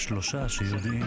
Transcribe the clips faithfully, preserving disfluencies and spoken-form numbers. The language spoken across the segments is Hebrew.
שלושה שיודעים.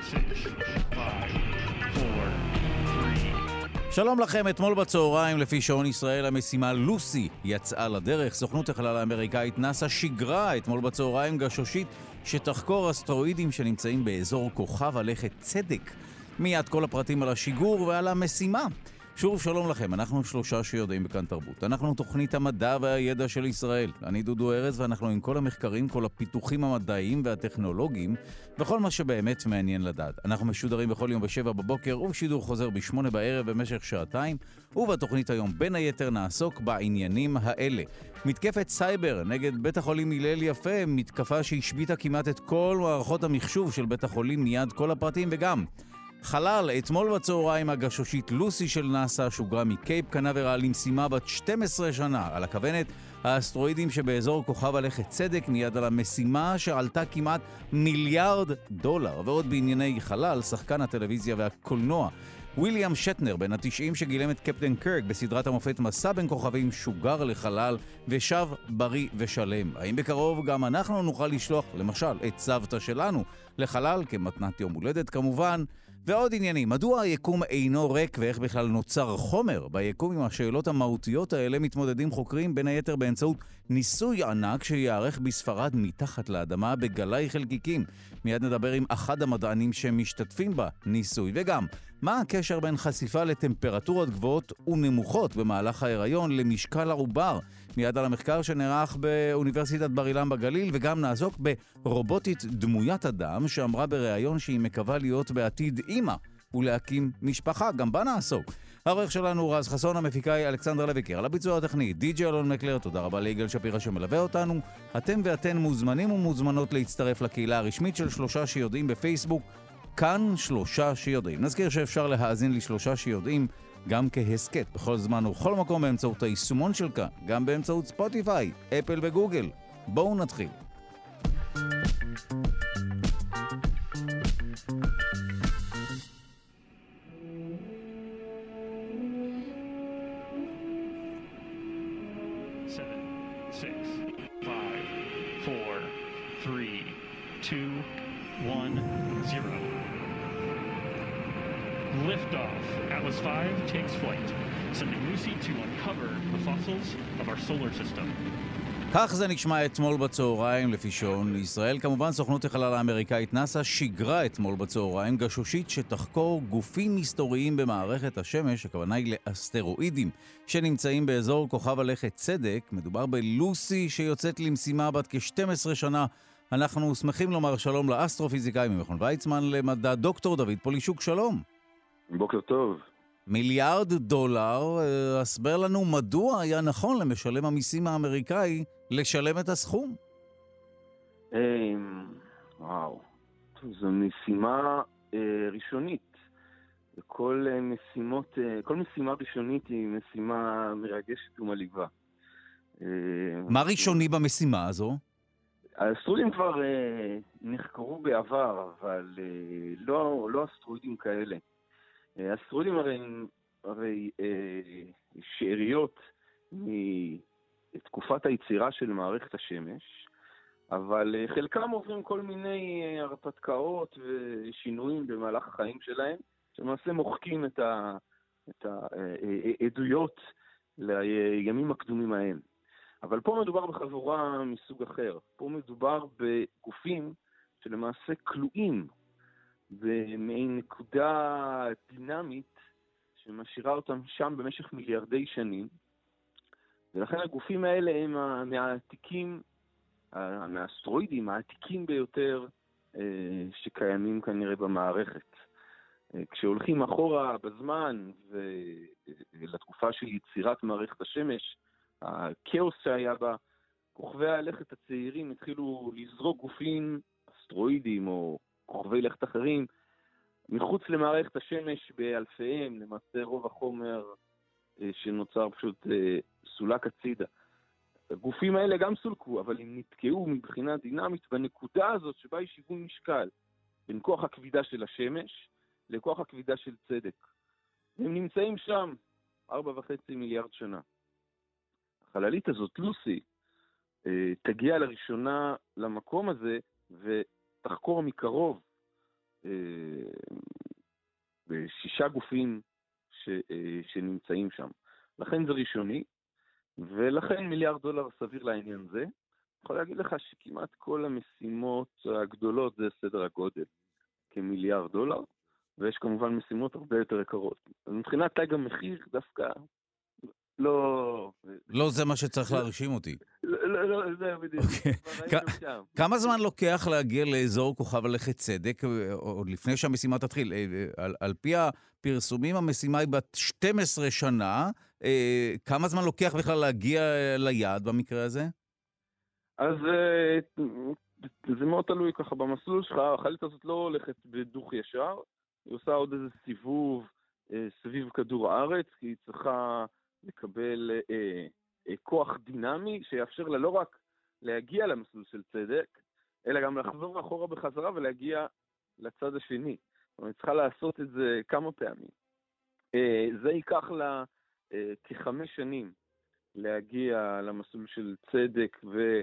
שלום לכם, אתמול בצהריים לפי שעון ישראל המשימה לוסי יצאה לדרך. סוכנות החלל האמריקאית נאסא שיגרה אתמול בצהריים גשושית שתחקור אסטרואידים שנמצאים באזור כוכב הלכת צדק. מיד כל הפרטים על השיגור ועל המשימה. שוב שלום לכם, אנחנו שלושה שיודעים בכאן תרבות. אנחנו תוכנית המדע והידע של ישראל. אני דודו ארז ואנחנו עם כל המחקרים, כל הפיתוחים המדעיים והטכנולוגיים וכל מה שבאמת מעניין לדעת. אנחנו משודרים בכל יום בשבע בבוקר ובשידור חוזר בשמונה בערב במשך שעתיים, ובתוכנית היום בין היתר נעסוק בעניינים האלה. מתקפת סייבר נגד בית החולים הלל יפה, מתקפה שהשביתה כמעט את כל מערכות המחשוב של בית החולים, מיד כל הפרטים, וגם חלל, אתמול בצהריים הגשושית לוסי של נאסא שוגרה מקייפ קנברל למשימה בת שתים עשרה שנה על הכוונת האסטרואידים שבאזור כוכב הלכת צדק, מיד על המשימה שעלתה כמעט מיליארד דולר. ועוד בענייני חלל, שחקן הטלוויזיה והקולנוע וויליאם שטנר, בן התשעים שגילם את קפטן קירק בסדרת המופת מסע בין כוכבים, שוגר לחלל ושב בריא ושלם. האם בקרוב גם אנחנו נוכל לשלוח למשל את סבתא שלנו לחלל כמתנת יום הולדת כמובן? ועוד עניינים, מדוע היקום אינו ריק ואיך בכלל נוצר חומר ביקום? עם השאלות המהותיות האלה מתמודדים חוקרים בין היתר באמצעות ניסוי ענק שיערך בספרד מתחת לאדמה בגלי חלקיקים. מיד נדבר עם אחד המדענים שמשתתפים בניסוי. וגם, מה הקשר בין חשיפה לטמפרטורות גבוהות ונמוכות במהלך ההיריון למשקל העובר? מיד על המחקר שנערך באוניברסיטת בר אילן בגליל, וגם נעסוק ברובוטית דמוית אדם שאמרה בריאיון שהיא מקווה להיות בעתיד אימא ולהקים משפחה, גם בה נעסוק. העורך שלנו רז חסון, המפיקה היא אלכסנדר לויקר, על הביצוע הטכני די.ג'יי אלון מקלר. תודה רבה ליגאל שפירא שמלווה אותנו. אתם ואתן מוזמנים ומוזמנות להצטרף לקהילה הרשמית של שלושה שיודעים בפייסבוק, כאן שלושה שיודעים. נזכיר שאפשר להאזין לשלושה שיודעים גם כהסקט בכל זמן ובכל מקום באמצעות היישומון של כאן, גם באמצעות ספוטיפיי, אפל וגוגל. בואו נתחיל. Liftoff. Atlas five takes flight, sending Lucy to uncover the fossils of our solar system. כך זה נשמע אתמול בצהריים לפי שעון ישראל. כמובן סוכנות החלל האמריקאית נאסא שיגרה אתמול בצהריים גשושית שתחקור גופים מסתוריים במערכת השמש, הכוונה היא לאסטרואידים שנמצאים באזור כוכב הלכת צדק. מדובר בלוסי שיוצאת למשימה בת כ-שתים עשרה שנה. אנחנו שמחים לומר שלום לאסטרופיזיקאי ממכון ויצמן למדע, דוקטור דוד פולישוק. שלום. בוקר טוב. מיליארד דולר, הסבר לנו מדוע היה נכון למשלם המיסים האמריקאי לשלם את הסכום. וואו, זו משימה ראשונית. כל משימות, כל משימה ראשונית היא משימה מרגשת ומלהיבה. מה ראשוני במשימה הזו? האסטרואידים כבר נחקרו בעבר, אבל לא, לא אסטרואידים כאלה. אסטרואידים הרי, הרי אה, שאריות מתקופת היצירה של מערכת השמש, אבל אה, חלקם עוברים כל מיני אה, הרפתקאות ושינויים במהלך החיים שלהם, שלמעשה מוחקים את, ה, את העדויות לימים הקדומים ההם. אבל פה מדובר בחבורה מסוג אחר. פה מדובר בגופים שלמעשה כלואים במעין נקודה דינמית שמשאירה אותם שם במשך מיליארדי שנים, ולכן הגופים האלה הם מהעתיקים, מהאסטרואידים העתיקים ביותר שקיימים כנראה במערכת. כשהולכים אחורה בזמן ולתקופה של יצירת מערכת השמש, הכאוס שהיה בה, כוכבי הלכת הצעירים התחילו לזרוק גופים אסטרואידים או כוכבי לכת אחרים מחוץ למערכת השמש באלפיהם. למעשה רוב החומר שנוצר פשוט סולק הצידה. הגופים האלה גם סולקו, אבל הם נתקעו מבחינה דינמית בנקודה הזאת שבה יש שיווי משקל בין כוח הכבידה של השמש לכוח הכבידה של צדק. הם נמצאים שם ארבע וחצי מיליארד שנה. החללית הזאת, לוסי, תגיע לראשונה למקום הזה תחקור מקרוב בשישה גופים ש, שנמצאים שם. לכן זה ראשוני, ולכן מיליארד דולר סביר לעניין זה. אני יכול להגיד לך שכמעט כל המשימות הגדולות זה סדר הגודל, כמיליארד דולר, ויש כמובן משימות הרבה יותר יקרות. אז מבחינת תג המחיר דווקא לא... לא זה מה שצריך להרשים אותי. לא, לא, לא, זה בדיוק. כמה זמן לוקח להגיע לאזור כוכב הלכת צדק, עוד לפני שהמשימה תתחיל? על פי הפרסומים, המשימה היא בת שתים עשרה שנה. כמה זמן לוקח בכלל להגיע ליעד במקרה הזה? אז זה מאוד תלוי ככה במסלול שלך. החללית הזאת לא הולכת בדוך ישר, היא עושה עוד איזה סיבוב סביב כדור הארץ, כי היא צריכה לקבל אה, אה, כוח דינמי שיאפשר לה לא רק להגיע למסלול של צדק, אלא גם לחזור אחורה בחזרה ולהגיע לצד השני. זאת אומרת, צריכה לעשות את זה כמה פעמים. אה, זה ייקח לה אה, כחמש שנים להגיע למסלול של צדק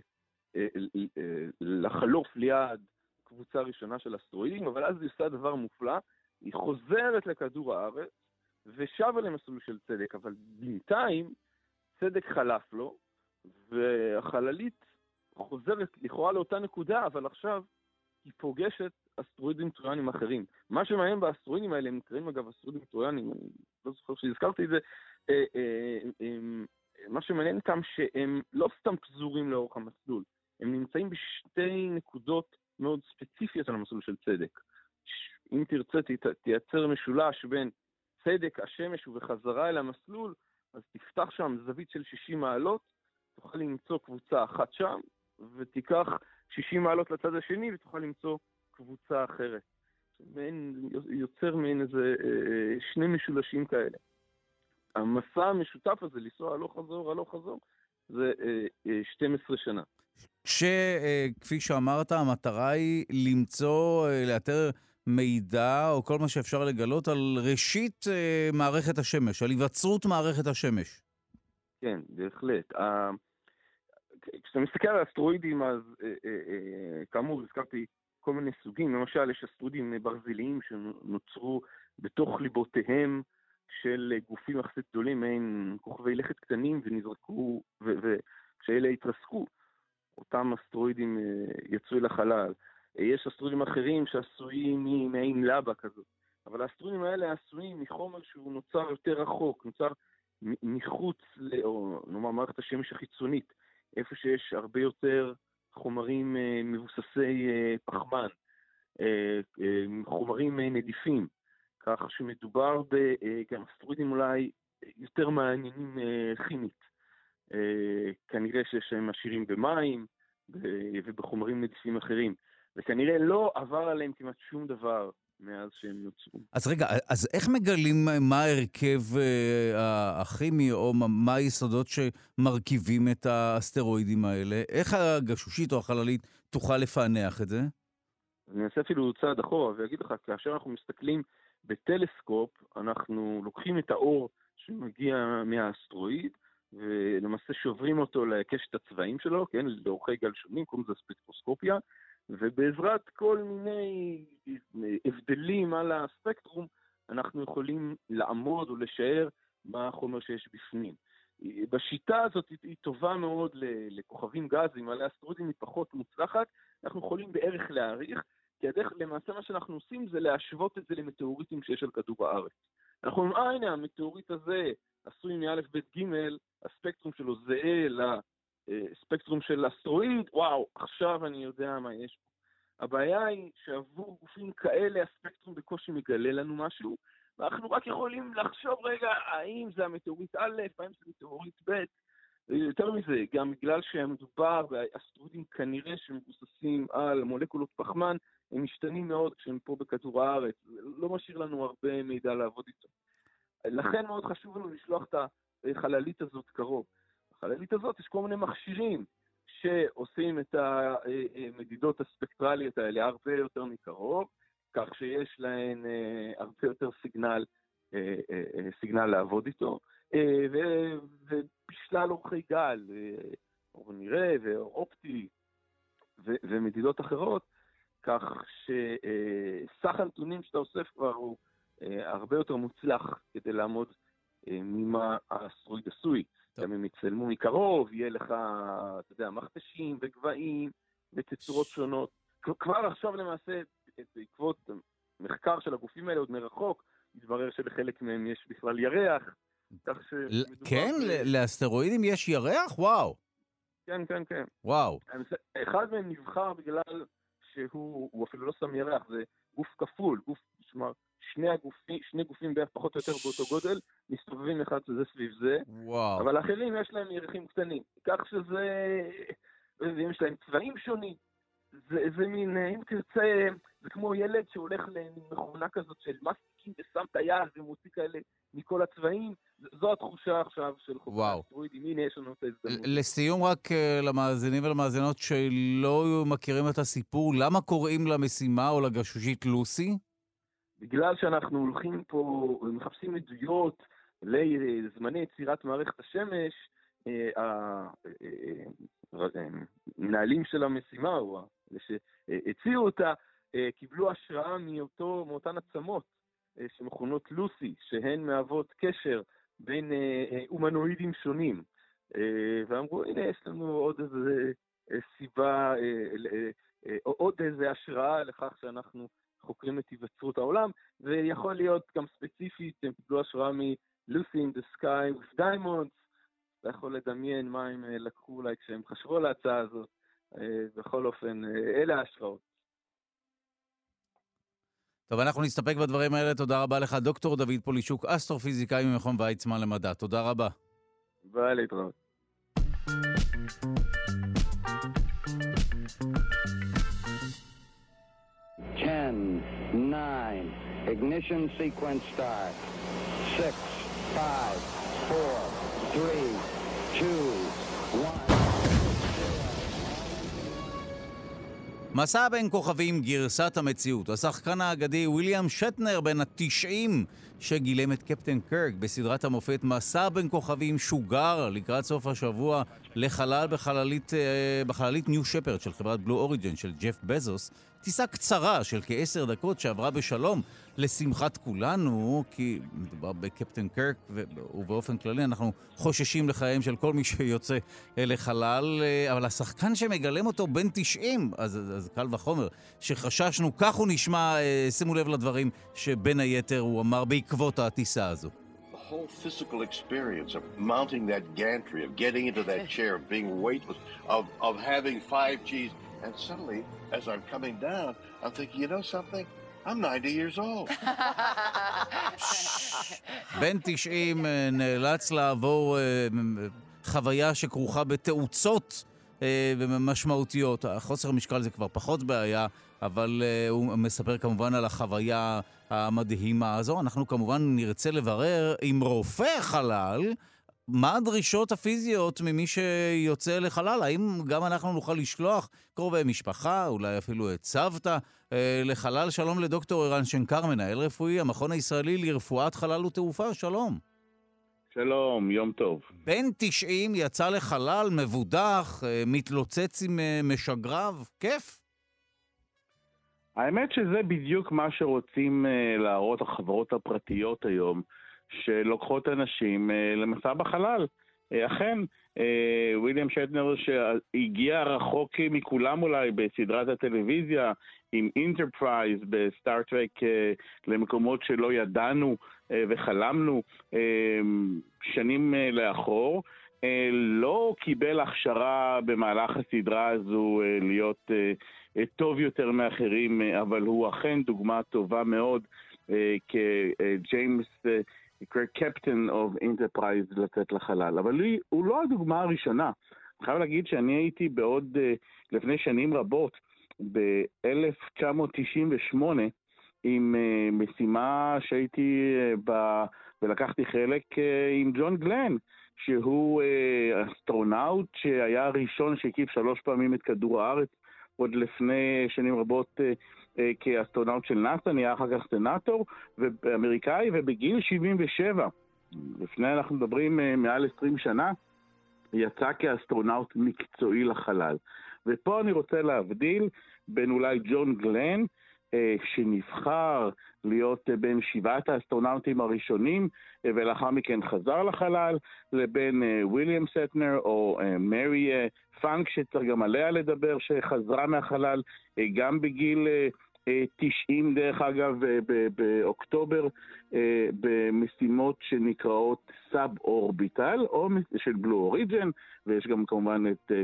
ולחלוף אה, אה, ליד קבוצה ראשונה של אסטרואידים, אבל אז היא עושה דבר מופלא, היא חוזרת לכדור הארץ, ושבה למסלול של צדק, אבל בינתיים צדק חלף לו, והחללית חוזרת לכאורה לאותה נקודה, אבל עכשיו היא פוגשת אסטרואידים טרויאנים אחרים. מה שמעניין באסטרואידים האלה, הם נקראים אגב אסטרואידים טרויאנים, אני לא זוכר שהזכרתי את זה, אה, אה, אה, מה שמעניין איתם שהם לא סתם פזורים לאורך המסלול, הם נמצאים בשתי נקודות מאוד ספציפיות על המסלול של צדק. אם תרצה, תייצר משולש בין צדק, השמש ובחזרה אל המסלול, אז תפתח שם זווית של שישים מעלות, תוכל למצוא קבוצה אחת שם, ותיקח שישים מעלות לצד השני, ותוכל למצוא קבוצה אחרת. מעין, יוצר מעין איזה שני משולשים כאלה. המסע המשותף הזה, לנסוע הלוך חזור, הלוך חזור, זה שתים עשרה שנה. שכפי שאמרת, המטרה היא למצוא, לאתר מידע או כל מה שאפשר לגלות על ראשית אה, מערכת השמש, על היווצרות מערכת השמש. כן, בהחלט. אה, כשאתה מסתכל על האסטרואידים, אז אה, אה, אה, כאמור, הזכרתי כל מיני סוגים. למשל, יש אסטרואידים ברזיליים שנוצרו בתוך ליבותיהם של גופים יחסית גדולים, מעין כוכבי לכת קטנים, ונזרקו, וכשאלה התרסקו, אותם אסטרואידים אה, יצאו אל החלל. יש אסטרואידים אחרים שעשויים ממעין לבה כזאת, אבל האסטרואידים האלה עשויים מחומר שהוא נוצר יותר רחוק, נוצר מחוץ, או נאמר מערכת השמש החיצונית, איפה שיש הרבה יותר חומרים מבוססי פחמן, חומרים נדיפים, כך שמדובר באסטרואידים אולי יותר מעניינים כימית, כנראה שהם עשירים במים ובחומרים נדיפים אחרים. וכנראה לא עבר עליהם כמעט שום דבר מאז שהם נוצרו. אז רגע, אז איך מגלים מה ההרכב אה, הכימי, או מה היסודות שמרכיבים את האסטרואידים האלה? איך הגשושית או החללית תוכל לפענח את זה? אני אעשה אפילו צעד אחורה ואגיד לך, כאשר אנחנו מסתכלים בטלסקופ, אנחנו לוקחים את האור שמגיע מהאסטרואיד, ולמעשה שוברים אותו לקשת הצבעים שלו, כן, לאורכי גל שונים, קוראים לזה ספקטרוסקופיה, ובעזרת כל מיני הבדלים על הספקטרום, אנחנו יכולים לעמוד או לשער מה החומר שיש בפנים. בשיטה הזאת היא טובה מאוד לכוכבים גזים, על האסטרואידים היא פחות מוצלחת, אנחנו יכולים בערך להעריך, כי הדרך, למעשה מה שאנחנו עושים זה להשוות את זה למטאוריטים שיש על כדור הארץ. אנחנו אומרים, אה, הנה, המטאוריט הזה עשוי מאלף בית ג', הספקטרום שלו זהה לספקטרום של אסטרואיד, וואו, עכשיו אני יודע מה יש פה. הבעיה היא שעבור גופים כאלה הספקטרום בקושי מגלה לנו משהו, ואנחנו רק יכולים לחשוב רגע, האם זה המטאוריט א', האם זה מטאוריט ב', יותר מזה, גם בגלל שמדובר באסטרואידים כנראה שמבוססים על מולקולות פחמן, הם משתנים מאוד כשהם פה בכדור הארץ, לא משאיר לנו הרבה מידע לעבוד איתו. לכן מאוד חשוב לנו לשלוח את החללית הזאת קרוב. החללית הזאת יש כל מיני מכשירים שעושים את המדידות הספקטרליות האלה הרבה יותר מקרוב, כך שיש להן הרבה יותר סיגנל, סיגנל לעבוד איתו, ובשלל אורכי גל, אור נראה ואור אופטי, ומדידות אחרות, כך שסך הנתונים שאתה אוסף כבר הוא הרבה יותר מוצלח כדי לעמוד ממה האסטרואיד עשוי. גם אם יצלמו מקרוב, יהיה לך, אתה יודע, מכתשים וגבעים ותצורות שונות. כבר עכשיו למעשה, בעקבות מחקר של הגופים האלה עוד מרחוק, התברר שלחלק מהם יש בכלל ירח. כן, לאסטרואידים יש ירח? וואו. כן, כן, כן. וואו. אחד מהם נבחר בגלל שהוא אפילו לא שם ירח, זה גוף כפול, גוף, שמה, שני הגופים, שני גופים בערך פחות או יותר באותו גודל, מסתובבים אחד שזה סביב זה. וואו. אבל האחרים יש להם ירחים קטנים. כך שזה, יש להם צבעים שונים. זה, זה מין, אם תרצה, זה כמו ילד שהולך למכונה כזאת של מסטיקים ושם את היד ומוציא כאלה מכל הצבעים. זו התחושה עכשיו של חוקרי האסטרואידים. הנה יש לנו את ההזדמנות. לסיום רק למאזינים ולמאזינות שלא מכירים את הסיפור, למה קוראים למשימה או לגשושית לוסי? בגלל שאנחנו הולכים פה ומחפשים עדויות לזמני יצירת מערכת השמש, המנהלים של המשימה, או אלה שהציעו אותה, קיבלו השראה מאותו, מאותן עצמות שמכונות לוסי, שהן מהוות קשר בין אומנואידים שונים. ואמרו, הנה, יש לנו עוד איזה סיבה, עוד איזה השראה לכך שאנחנו חוקרים את היווצרות העולם, ויכול להיות גם ספציפית, הם קיבלו השראה מ-Lucy in the Sky with Diamonds. אתה יכול לדמיין מה הם לקחו אולי כשהם חשבו על ההצעה הזאת. בכל אופן, אלה ההשראות. טוב, אנחנו נסתפק בדברים האלה. תודה רבה לך, דוקטור דוד פולישוק, אסטרופיזיקאי ממכון ויצמן למדע. תודה רבה. ביי, להתראות. ten, nine, ignition sequence start. six, five, four, three, two, one. מסע בין כוכבים גרסת המציאות. השחקן האגדי וויליאם שטנר בן ה-תשעים שגילם את קפטן קרק בסדרת המופת מסע בין כוכבים שוגר לקראת סוף השבוע לחלל בחללית, בחללית ניו שפרד של חברת בלו אוריג'ן של ג'ף בזוס. טיסה קצרה של כעשר דקות שעברה בשלום לשמחת כולנו, כי מדובר בקפטן קרק, ובאופן כללי אנחנו חוששים לחיים של כל מי שיוצא לחלל, אבל השחקן שמגלם אותו בן תשעים, אז, אז קל וחומר, שחששנו, כך הוא נשמע, שימו לב לדברים שבין היתר הוא אמר בעקבות הטיסה הזו. The whole physical experience of mounting that gantry, of getting into that chair, of being weightless, of, of having five G's, and suddenly, as I'm coming down, I'm thinking, you know something? I'm ninety years old. בן תשעים נאלץ לעבור חוויה שכרוכה בתאוצות משמעותיות. החוסר משקל זה כבר פחות בעיה, אבל הוא מספר כמובן על החוויה המדהימה הזו. אנחנו כמובן נרצה לברר עם רופא חלל מה הדרישות הפיזיות ממי שיוצא לחלל. האם גם אנחנו נוכל לשלוח קרובי משפחה, אולי אפילו את סבתא, לחלל? שלום לדוקטור ערן שנקר, מנהל רפואי, המכון הישראלי לרפואת חלל ותעופה. שלום. שלום, יום טוב. בן תשעים יצא לחלל, מבודח, מתלוצץ עם משגריו, כיף. האמת שזה בדיוק מה שרוצים להראות החברות הפרטיות היום, שלוקחות אנשים למסע בחלל. אכן, וויליאם שטנר שהגיע רחוק מכולם אולי בסדרת הטלוויזיה, עם אינטרפרייז בסטאר טרק למקומות שלא ידענו וחלמנו שנים לאחור, לא קיבל הכשרה במהלך הסדרה הזו להיות טוב יותר מאחרים, אבל הוא אכן דוגמה טובה מאוד כג'יימס קפטן אוף אינטרפרייז לצאת לחלל. אבל הוא, הוא לא הדוגמה הראשונה. אני חייב להגיד שאני הייתי בעוד, לפני שנים רבות, ב-אלף תשע מאות תשעים ושמונה, עם משימה שהייתי בה, ולקחתי חלק עם ג'ון גלן, שהוא אסטרונאוט שהיה הראשון שהקיף שלוש פעמים את כדור הארץ, עוד לפני שנים רבות כאסטרונאוט של נאסא, נהיה אחר כך סנאטור ואמריקאי, ובגיל שבעים ושבע, לפני אנחנו מדברים מעל עשרים שנה, יצא כאסטרונאוט מקצועי לחלל. ופה אני רוצה להבדיל בין אולי ג'ון גלן, שנבחר להיות בין שבעת האסטרונאוטים הראשונים ולאחר מכן חזר לחלל, לבין וויליאם סטנר או מרי פאנק שצריך גם עליה לדבר, שחזרה מהחלל גם בגיל תשעים דרך אגב באוקטובר במשימות שנקראות סאב אורביטל או של בלו אוריג'ן, ויש גם כמובן את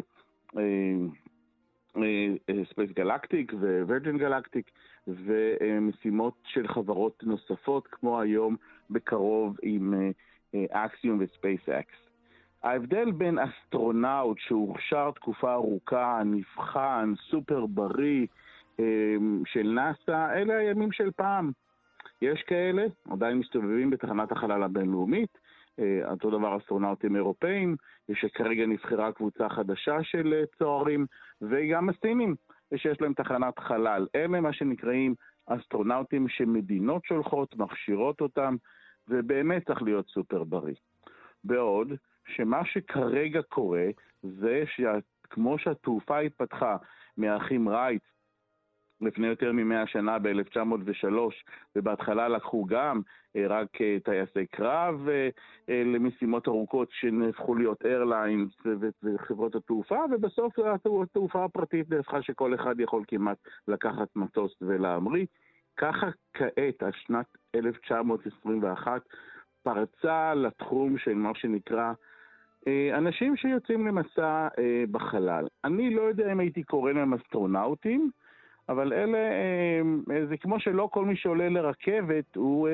ספייס גלקטיק ווירג'ין גלקטיק ומשימות של חברות נוספות כמו היום בקרוב עם אקסיום וספייס אקס. ההבדל בין אסטרונאוט שהוכשר תקופה ארוכה, נבחן, סופר בריא של נאסא, אלה הימים של פעם. יש כאלה, עדיין מסתובבים בתחנת החלל הבינלאומית, אותו דבר אסטרונאוטים אירופאים, שכרגע נבחרה קבוצה חדשה של צוערים, וגם הסינים שיש להם תחנת חלל. אלה מה שנקראים אסטרונאוטים שמדינות שולחות, מכשירות אותם, ובאמת צריך להיות סופר בריא. בעוד שמה שכרגע קורה זה שכמו שהתעופה התפתחה מהאחים רייט לפני יותר ממאה שנה ב-אלף תשע מאות ושלוש, ובהתחלה לקחו גם רק טייסי קרב למשימות ארוכות שנהפכו להיות איירליינס וחברות התעופה, ובסוף התעופה הפרטית נהפכה שכל אחד יכול כמעט לקחת מטוס ולהמריא. ככה כעת, השנת אלף תשע מאות עשרים ואחת, פרצה לתחום של מה שנקרא אנשים שיוצאים למסע בחלל. אני לא יודע אם הייתי קורא להם אסטרונאוטים, אבל אלה, זה כמו שלא כל מי שעולה לרכבת הוא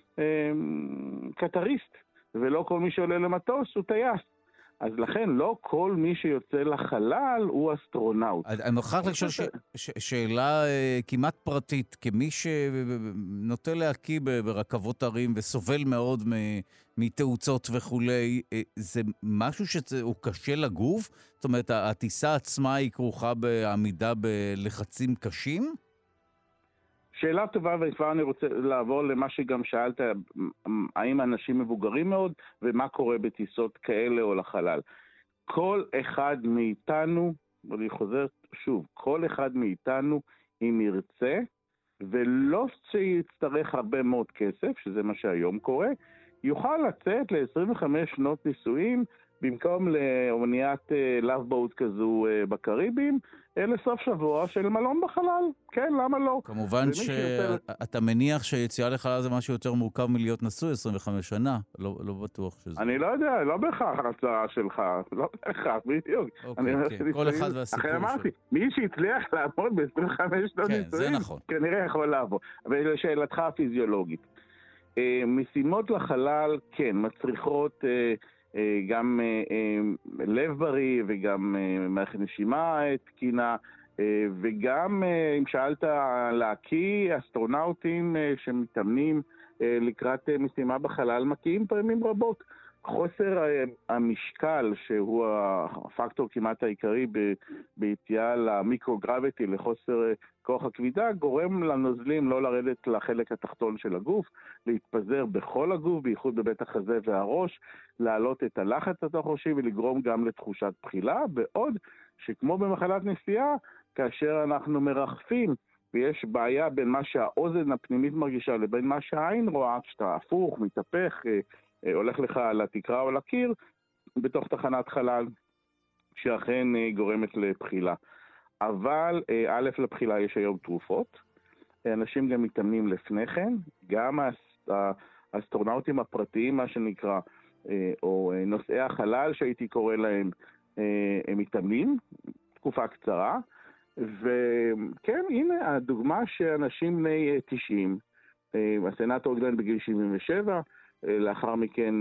קטריסט, ולא כל מי שעולה למטוס הוא טייס. אז לכן לא כל מי שיוצא לחלל הוא אסטרונאוט. אני מוכרח לשאול ש... ש... שאלה כמעט פרטית, כמי שנוטה להקיא ברכבות הרים וסובל מאוד מתאוצות וכולי, זה משהו שהוא קשה לגוף? זאת אומרת, הטיסה עצמה היא כרוכה בעמידה בלחצים קשים? שאלה טובה, וכבר אני רוצה לעבור למה שגם שאלת, האם אנשים מבוגרים מאוד, ומה קורה בטיסות כאלה או לחלל. כל אחד מאיתנו, ואני חוזר שוב, כל אחד מאיתנו, אם ירצה, ולא שיצטרך הרבה מאוד כסף, שזה מה שהיום קורה, יוכל לצאת ל-עשרים וחמש שנות ניסויים, במקום לאוניית לאבבוט כזו בקריבים, לסוף שבוע של מלון בחלל. כן, למה לא? כמובן שאתה מניח שיציאה לחלל זה משהו יותר מורכב מלהיות נשוי עשרים וחמש שנה. לא, לא בטוח שזה. אני לא יודע, לא בהכרח ההצעה שלך. לא בהכרח, בדיוק. אוקיי, כן. כל אחד והסיפור שלו. אחרי אמרתי, מי שהצליח לעמוד ב-עשרים וחמש שנות ניסויים, כן, זה נכון. כנראה יכול לעבוד. ולשאלתך הפיזיולוגית. משימות לחלל, כן, מצריכות גם לב בריא וגם מערכת נשימה תקינה, וגם אם שאלת להקיא אסטרונאוטים שמתאמנים לקראת משימה בחלל מקיאים פעמים רבות. חוסר המשקל שהוא הפקטור כמעט העיקרי ביציאה למיקרוגרביטי, לחוסר כוח הכבידה, גורם לנוזלים לא לרדת לחלק התחתון של הגוף, להתפזר בכל הגוף, בייחוד בבית החזה והראש, להעלות את הלחץ התוך ראשי ולגרום גם לתחושת בחילה, בעוד שכמו במחלת נסיעה, כאשר אנחנו מרחפים ויש בעיה בין מה שהאוזן הפנימית מרגישה לבין מה שהעין רואה, כשאתה הפוך, מתהפך, הולך לך לתקרה או לקיר, בתוך תחנת חלל, שאכן גורמת לבחילה. אבל א', לבחילה יש היום תרופות, אנשים גם מתאמנים לפני כן, גם האסטרונאוטים הפרטיים, מה שנקרא, או נוסעי החלל שהייתי קורא להם, הם מתאמנים, תקופה קצרה, וכן, הנה הדוגמה שאנשים בני תשעים, הסנאטור גלן בגיל שבעים ושבע, לאחר מכן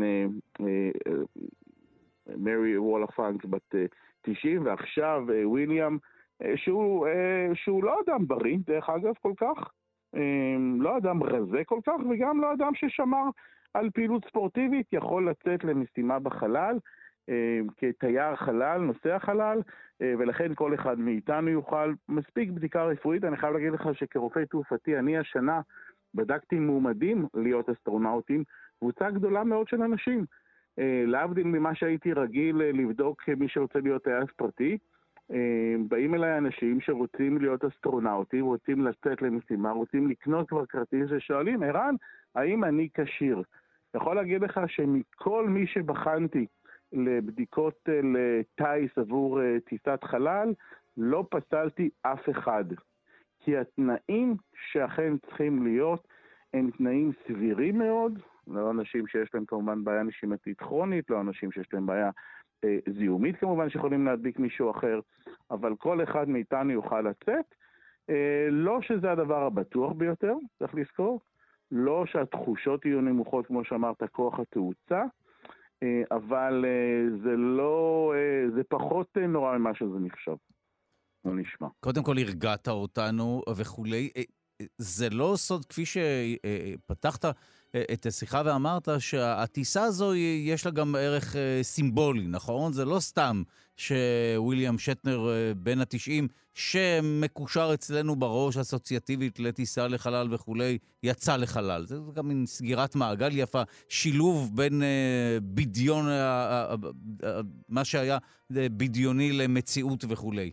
מרי וולך פאנק בת תשעים, ועכשיו וויליאם, שהוא, שהוא לא אדם בריא, דרך אגב כל כך, לא אדם רזה כל כך, וגם לא אדם ששמר על פעילות ספורטיבית, יכול לצאת למשימה בחלל, כתייר חלל, נוסע חלל, ולכן כל אחד מאיתנו יוכל, מספיק בדיקה רפואית. אני חייב להגיד לך שכרופא תעופתי, אני השנה בדקתי מועמדים להיות אסטרונאוטים, קבוצה גדולה מאוד של אנשים. להבדיל ממה שהייתי רגיל לבדוק מי שרוצה להיות טייס פרטי, באים אליי אנשים שרוצים להיות אסטרונאוטים, רוצים לצאת למשימה, רוצים לקנות כבר כרטיס ושואלים, ערן, האם אני כשיר? יכול להגיד לך שמכל מי שבחנתי לבדיקות לטייס עבור טיסת חלל, לא פסלתי אף אחד. כי התנאים שאכן צריכים להיות הם תנאים סבירים מאוד, לא אנשים שיש להם כמובן בעיה נשימתית כרונית, לא אנשים שיש להם בעיה אה, זיהומית כמובן שיכולים להדביק מישהו אחר, אבל כל אחד מאיתנו יוכל לצאת. אה, לא שזה הדבר הבטוח ביותר, צריך לזכור, לא שהתחושות יהיו נמוכות כמו שאמרת, כוח התאוצה, אה, אבל אה, זה לא, אה, זה פחות אה, נורא ממה שזה נחשב. לא נשמע. קודם כל הרגעת אותנו וכולי. זה לא סוד, כפי שפתחת את השיחה ואמרת, שהטיסה הזו יש לה גם ערך סימבולי, נכון? זה לא סתם שוויליאם שטנר בן התשעים, שמקושר אצלנו בראש אסוציאטיבית לטיסה לחלל וכולי, יצא לחלל. זה גם מין סגירת מעגל יפה, שילוב בין בדיון, מה שהיה בדיוני למציאות וכולי.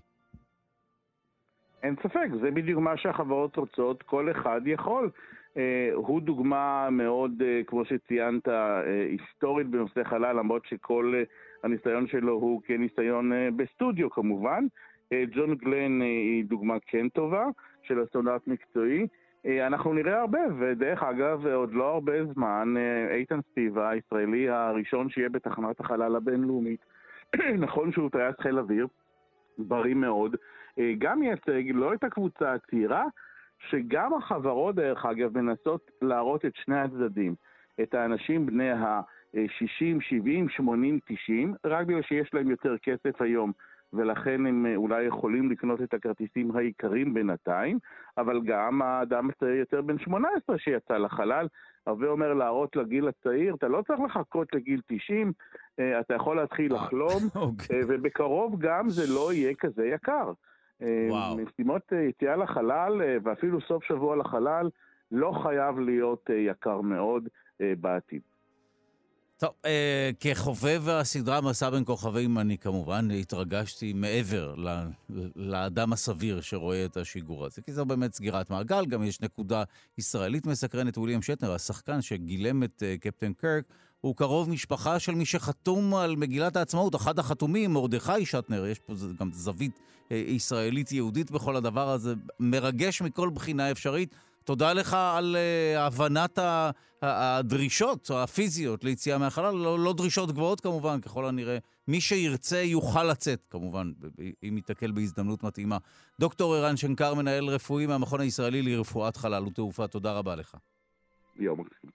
אין ספק, זה בדיוק מה שהחברות רוצות, כל אחד יכול. אה, הוא דוגמה מאוד, אה, כמו שציינת, אה, היסטורית בנושא חלל, למרות שכל אה, הניסיון שלו הוא כניסיון אה, בסטודיו כמובן. אה, ג'ון גלן אה, היא דוגמה כן טובה של אסטרונאוט מקצועי. אה, אנחנו נראה הרבה, ודרך אגב, עוד לא הרבה זמן, אה, איתן סטיבה, הישראלי הראשון שיהיה בתחנת החלל הבינלאומית, נכון שהוא טייס חיל אוויר, בריא מאוד, גם מייצג לא את הקבוצה הצעירה, שגם החברות דרך אגב מנסות להראות את שני הצדדים, את האנשים בני ה-שישים, שבעים, שמונים, תשעים, רק בגלל שיש להם יותר כסף היום, ולכן הם אולי יכולים לקנות את הכרטיסים העיקריים בינתיים, אבל גם האדם הצעיר יותר בן שמונה עשרה שיצא לחלל, הרבה אומר להראות לגיל הצעיר, אתה לא צריך לחכות לגיל תשעים, אתה יכול להתחיל לחלום, ובקרוב גם זה לא יהיה כזה יקר. משימות יציאה לחלל, ואפילו סוף שבוע לחלל, לא חייב להיות יקר מאוד בעתיד. טוב, אה, כחובב הסדרה מסע בין כוכבים, אני כמובן התרגשתי מעבר ל, לאדם הסביר שרואה את השיגור הזה, כי זו באמת סגירת מעגל, גם יש נקודה ישראלית מסקרנת, וויליאם שטנר, השחקן שגילם את uh, קפטן קרק, הוא קרוב משפחה של מי שחתום על מגילת העצמאות, אחד החתומים, מרדכי שטנר, יש פה גם זווית uh, ישראלית יהודית בכל הדבר הזה, מרגש מכל בחינה אפשרית. תודה לך על uh, הבנת ה- הדרישות הפיזיות ליציאה מהחלל, לא, לא דרישות גבוהות כמובן, ככל הנראה. מי שירצה יוכל לצאת כמובן, אם יתקל בהזדמנות מתאימה. דוקטור ערן שנקר, מנהל רפואי מהמכון הישראלי לרפואת חלל ותעופה, תודה רבה לך. יום מקסים.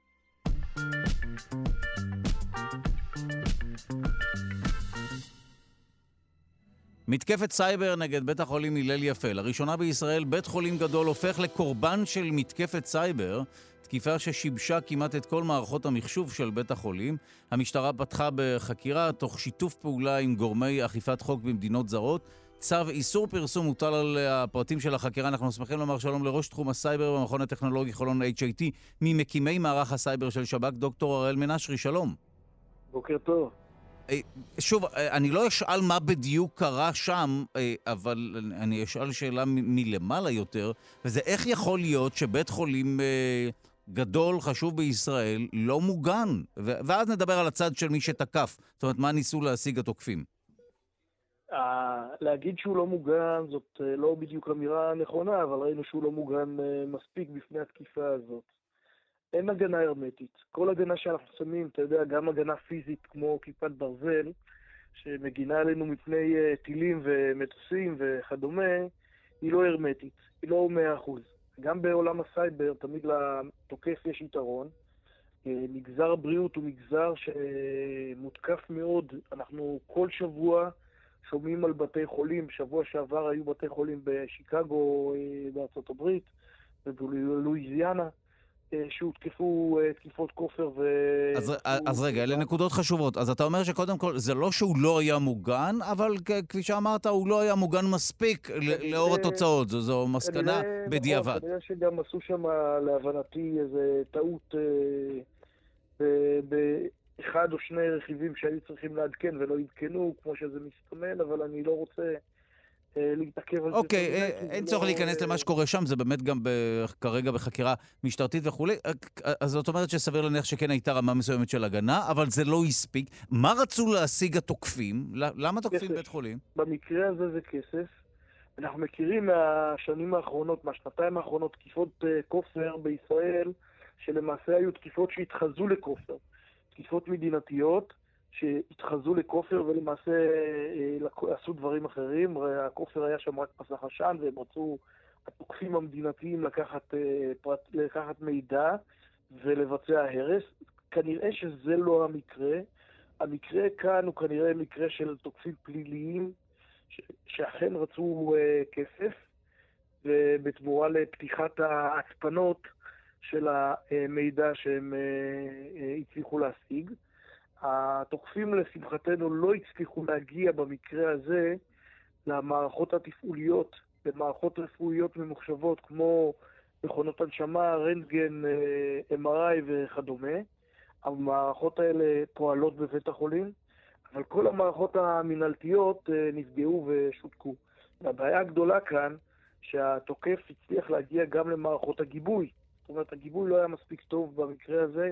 מתקפת סייבר נגד בית החולים הלל יפה. לראשונה בישראל בית חולים גדול הופך לקורבן של מתקפת סייבר, תקיפה ששיבשה כמעט את כל מערכות המחשוב של בית החולים. המשטרה פתחה בחקירה תוך שיתוף פעולה עם גורמי אכיפת חוק במדינות זרות. צו איסור פרסום מוטל על הפרטים של החקירה. אנחנו שמחים לומר שלום לראש תחום הסייבר במכון הטכנולוגי חולון אייץ' איי טי, ממקימי מערך הסייבר של שב"כ, דוקטור הראל מנשרי, שלום. בוקר טוב. שוב, אני לא אשאל מה בדיוק קרה שם, אבל אני אשאל שאלה מ- מלמעלה יותר, וזה איך יכול להיות שבית חולים גדול, חשוב בישראל, לא מוגן? ו- ואז נדבר על הצד של מי שתקף. זאת אומרת, מה ניסו להשיג התוקפים? להגיד שהוא לא מוגן זאת לא בדיוק אמירה נכונה, אבל ראינו שהוא לא מוגן מספיק בפני התקיפה הזאת. אין הגנה הרמטית. כל הגנה שאנחנו שמים, אתה יודע, גם הגנה פיזית כמו כיפת ברזל, שמגינה עלינו מפני טילים ומטוסים וכדומה, היא לא הרמטית, היא לא מאה אחוז. גם בעולם הסייבר, תמיד לתוקף יש יתרון. מגזר הבריאות הוא מגזר שמותקף מאוד. אנחנו כל שבוע שומעים על בתי חולים. שבוע שעבר היו בתי חולים בשיקגו, בארצות הברית, ובלואיזיאנה. שהותקפו תקיפות כופר ו... אז, אז רגע, אלה נקודות חשובות. אז אתה אומר שקודם כל, זה לא שהוא לא היה מוגן, אבל כפי שאמרת, הוא לא היה מוגן מספיק לאור התוצאות. זו, זו מסקנה בדיעבד. כנראה שגם עשו שם, להבנתי, איזה טעות באחד או שני רכיבים שהיו צריכים לעדכן ולא עדכנו, כמו שזה מסתמן, אבל אני לא רוצה להתעכב על זה. אוקיי, אין צורך להיכנס למה שקורה שם, זה באמת גם כרגע בחקירה משטרתית וכו'. אז זאת אומרת שסביר להניח שכן הייתה רמה מסוימת של הגנה, אבל זה לא הספיק. מה רצו להשיג התוקפים? למה תוקפים בית חולים? במקרה הזה זה כסף. אנחנו מכירים מהשנים האחרונות, מהשנתיים האחרונות, תקיפות כופר בישראל, שלמעשה היו תקיפות שהתחזו לכופר. תקיפות מדינתיות שהתחזו לכופר ולמעשה עשו דברים אחרים. הכופר היה שם רק פסח עשן, והם רצו, התוקפים המדינתיים, לקחת, לקחת מידע ולבצע הרס. כנראה שזה לא המקרה. המקרה כאן הוא כנראה מקרה של תוקפים פליליים, שאכן רצו uh, כסף, ובתמורה לפתיחת ההצפנות של המידע שהם uh, uh, הצליחו להשיג. התוקפים לשמחתנו לא הצליחו להגיע במקרה הזה למערכות התפעוליות, למערכות רפואיות ממוחשבות כמו מכונות הנשמה, רנטגן, uh, אם אר איי וכדומה. המערכות האלה פועלות בבית החולים, אבל כל המערכות המנהלתיות נפגעו ושותקו. והבעיה הגדולה כאן, שהתוקף הצליח להגיע גם למערכות הגיבוי. זאת אומרת, הגיבוי לא היה מספיק טוב במקרה הזה,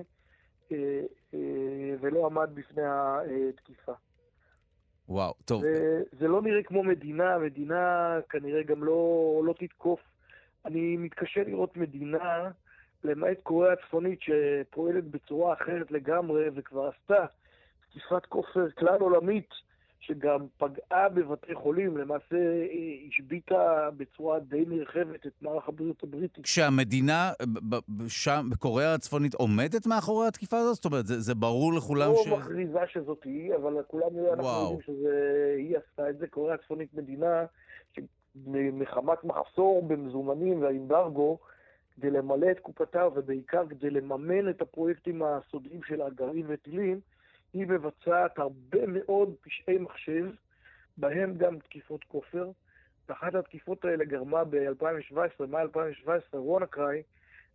ולא עמד בפני התקיפה. וואו, טוב. זה לא נראה כמו מדינה, מדינה כנראה גם לא, לא תתקוף. אני מתקשה לראות מדינה, למעט קוריאה הצפונית שפועלת בצורה אחרת לגמרי וכבר עשתה תקיפת כופר כלל עולמית שגם פגעה בבתי חולים, למעשה השביתה בצורה די נרחבת את מערך הבריאות הבריטי. כשהמדינה שם בקוריאה הצפונית עומדת מאחורי התקיפה הזאת? זאת אומרת, זה, זה ברור לכולם לא ש... לא מכריזה שזאת היא, אבל כולם אנחנו יודעים שהיא עשתה את זה. קוריאה הצפונית מדינה שמחמת מחסור במזומנים והאמברגו, כדי למלא את קופתה ובעיקר כדי לממן את הפרויקטים הסודיים של הגרעין וטילים, היא מבצעת הרבה מאוד פשעי מחשב, בהם גם תקיפות כופר. ואחת התקיפות האלה גרמה ב-אלפיים שבע עשרה, מאי אלפיים שבע עשרה, וואנקראי,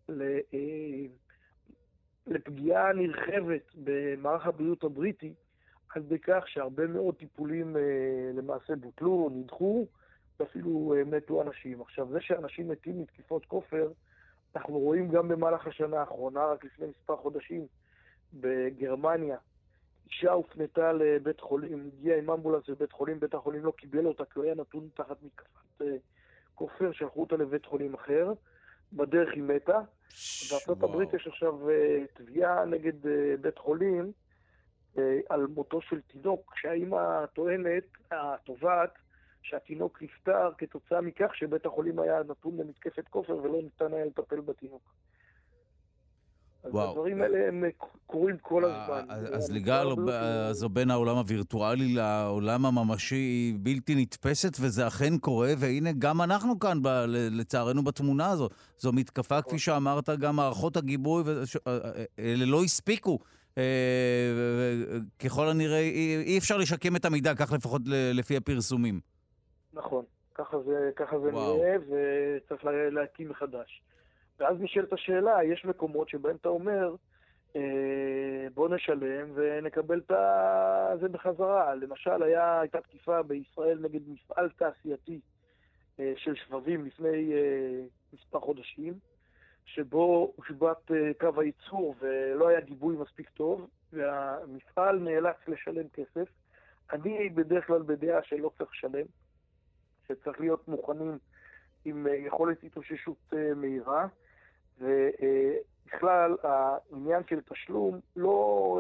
לפגיעה נרחבת במערך הבריאות הבריטי, עד בכך שהרבה מאוד טיפולים למעשה בוטלו, נדחו, ואפילו מתו אנשים. עכשיו, זה שאנשים מתים מתקיפות כופר, אנחנו רואים גם במהלך השנה האחרונה, רק לפני מספר חודשים, בגרמניה, אישה הופנתה לבית חולים, הגיעה עם אמבולנס לבית חולים, בית החולים לא קיבל אותה, כי הוא היה נתון תחת מתקפת כופר, שלחו אותה לבית חולים אחר, בדרך היא מתה. בארצות הברית יש עכשיו תביעה נגד בית חולים על מותו של תינוק, שהאימא טוענת, התובעת, שהתינוק נפטר כתוצאה מכך שבית החולים היה נתון למתקפת כופר ולא ניתן היה לטפל בתינוק. וואו. אז הדברים האלה הם קורים כל הזמן. אז ליגל זו בין העולם הווירטואלי לעולם הממשי היא בלתי נתפסת, וזה אכן קורה, והנה גם אנחנו כאן לצערנו בתמונה הזו. זו מתקפה, כפי שאמרת, גם מערכות הגיבוי, אלה לא הספיקו. ככל הנראה אי אפשר לשקם את המידע, כך לפחות לפי הפרסומים. נכון, ככה זה, ככה זה נראה, וצריך להקים מחדש. ואז נשאלת השאלה, יש מקומות שבהם אתה אומר, בוא נשלם ונקבל את זה בחזרה. למשל, היה, הייתה תקיפה בישראל נגד מפעל תעשייתי של שבבים לפני מספר חודשים, שבו הושבת קו הייצור ולא היה גיבוי מספיק טוב, והמפעל נאלץ לשלם כסף. אני בדרך כלל בדעה שלא צריך לשלם, שצריך להיות מוכנים עם יכולת התאוששות מהירה, ובכלל העניין של תשלום לא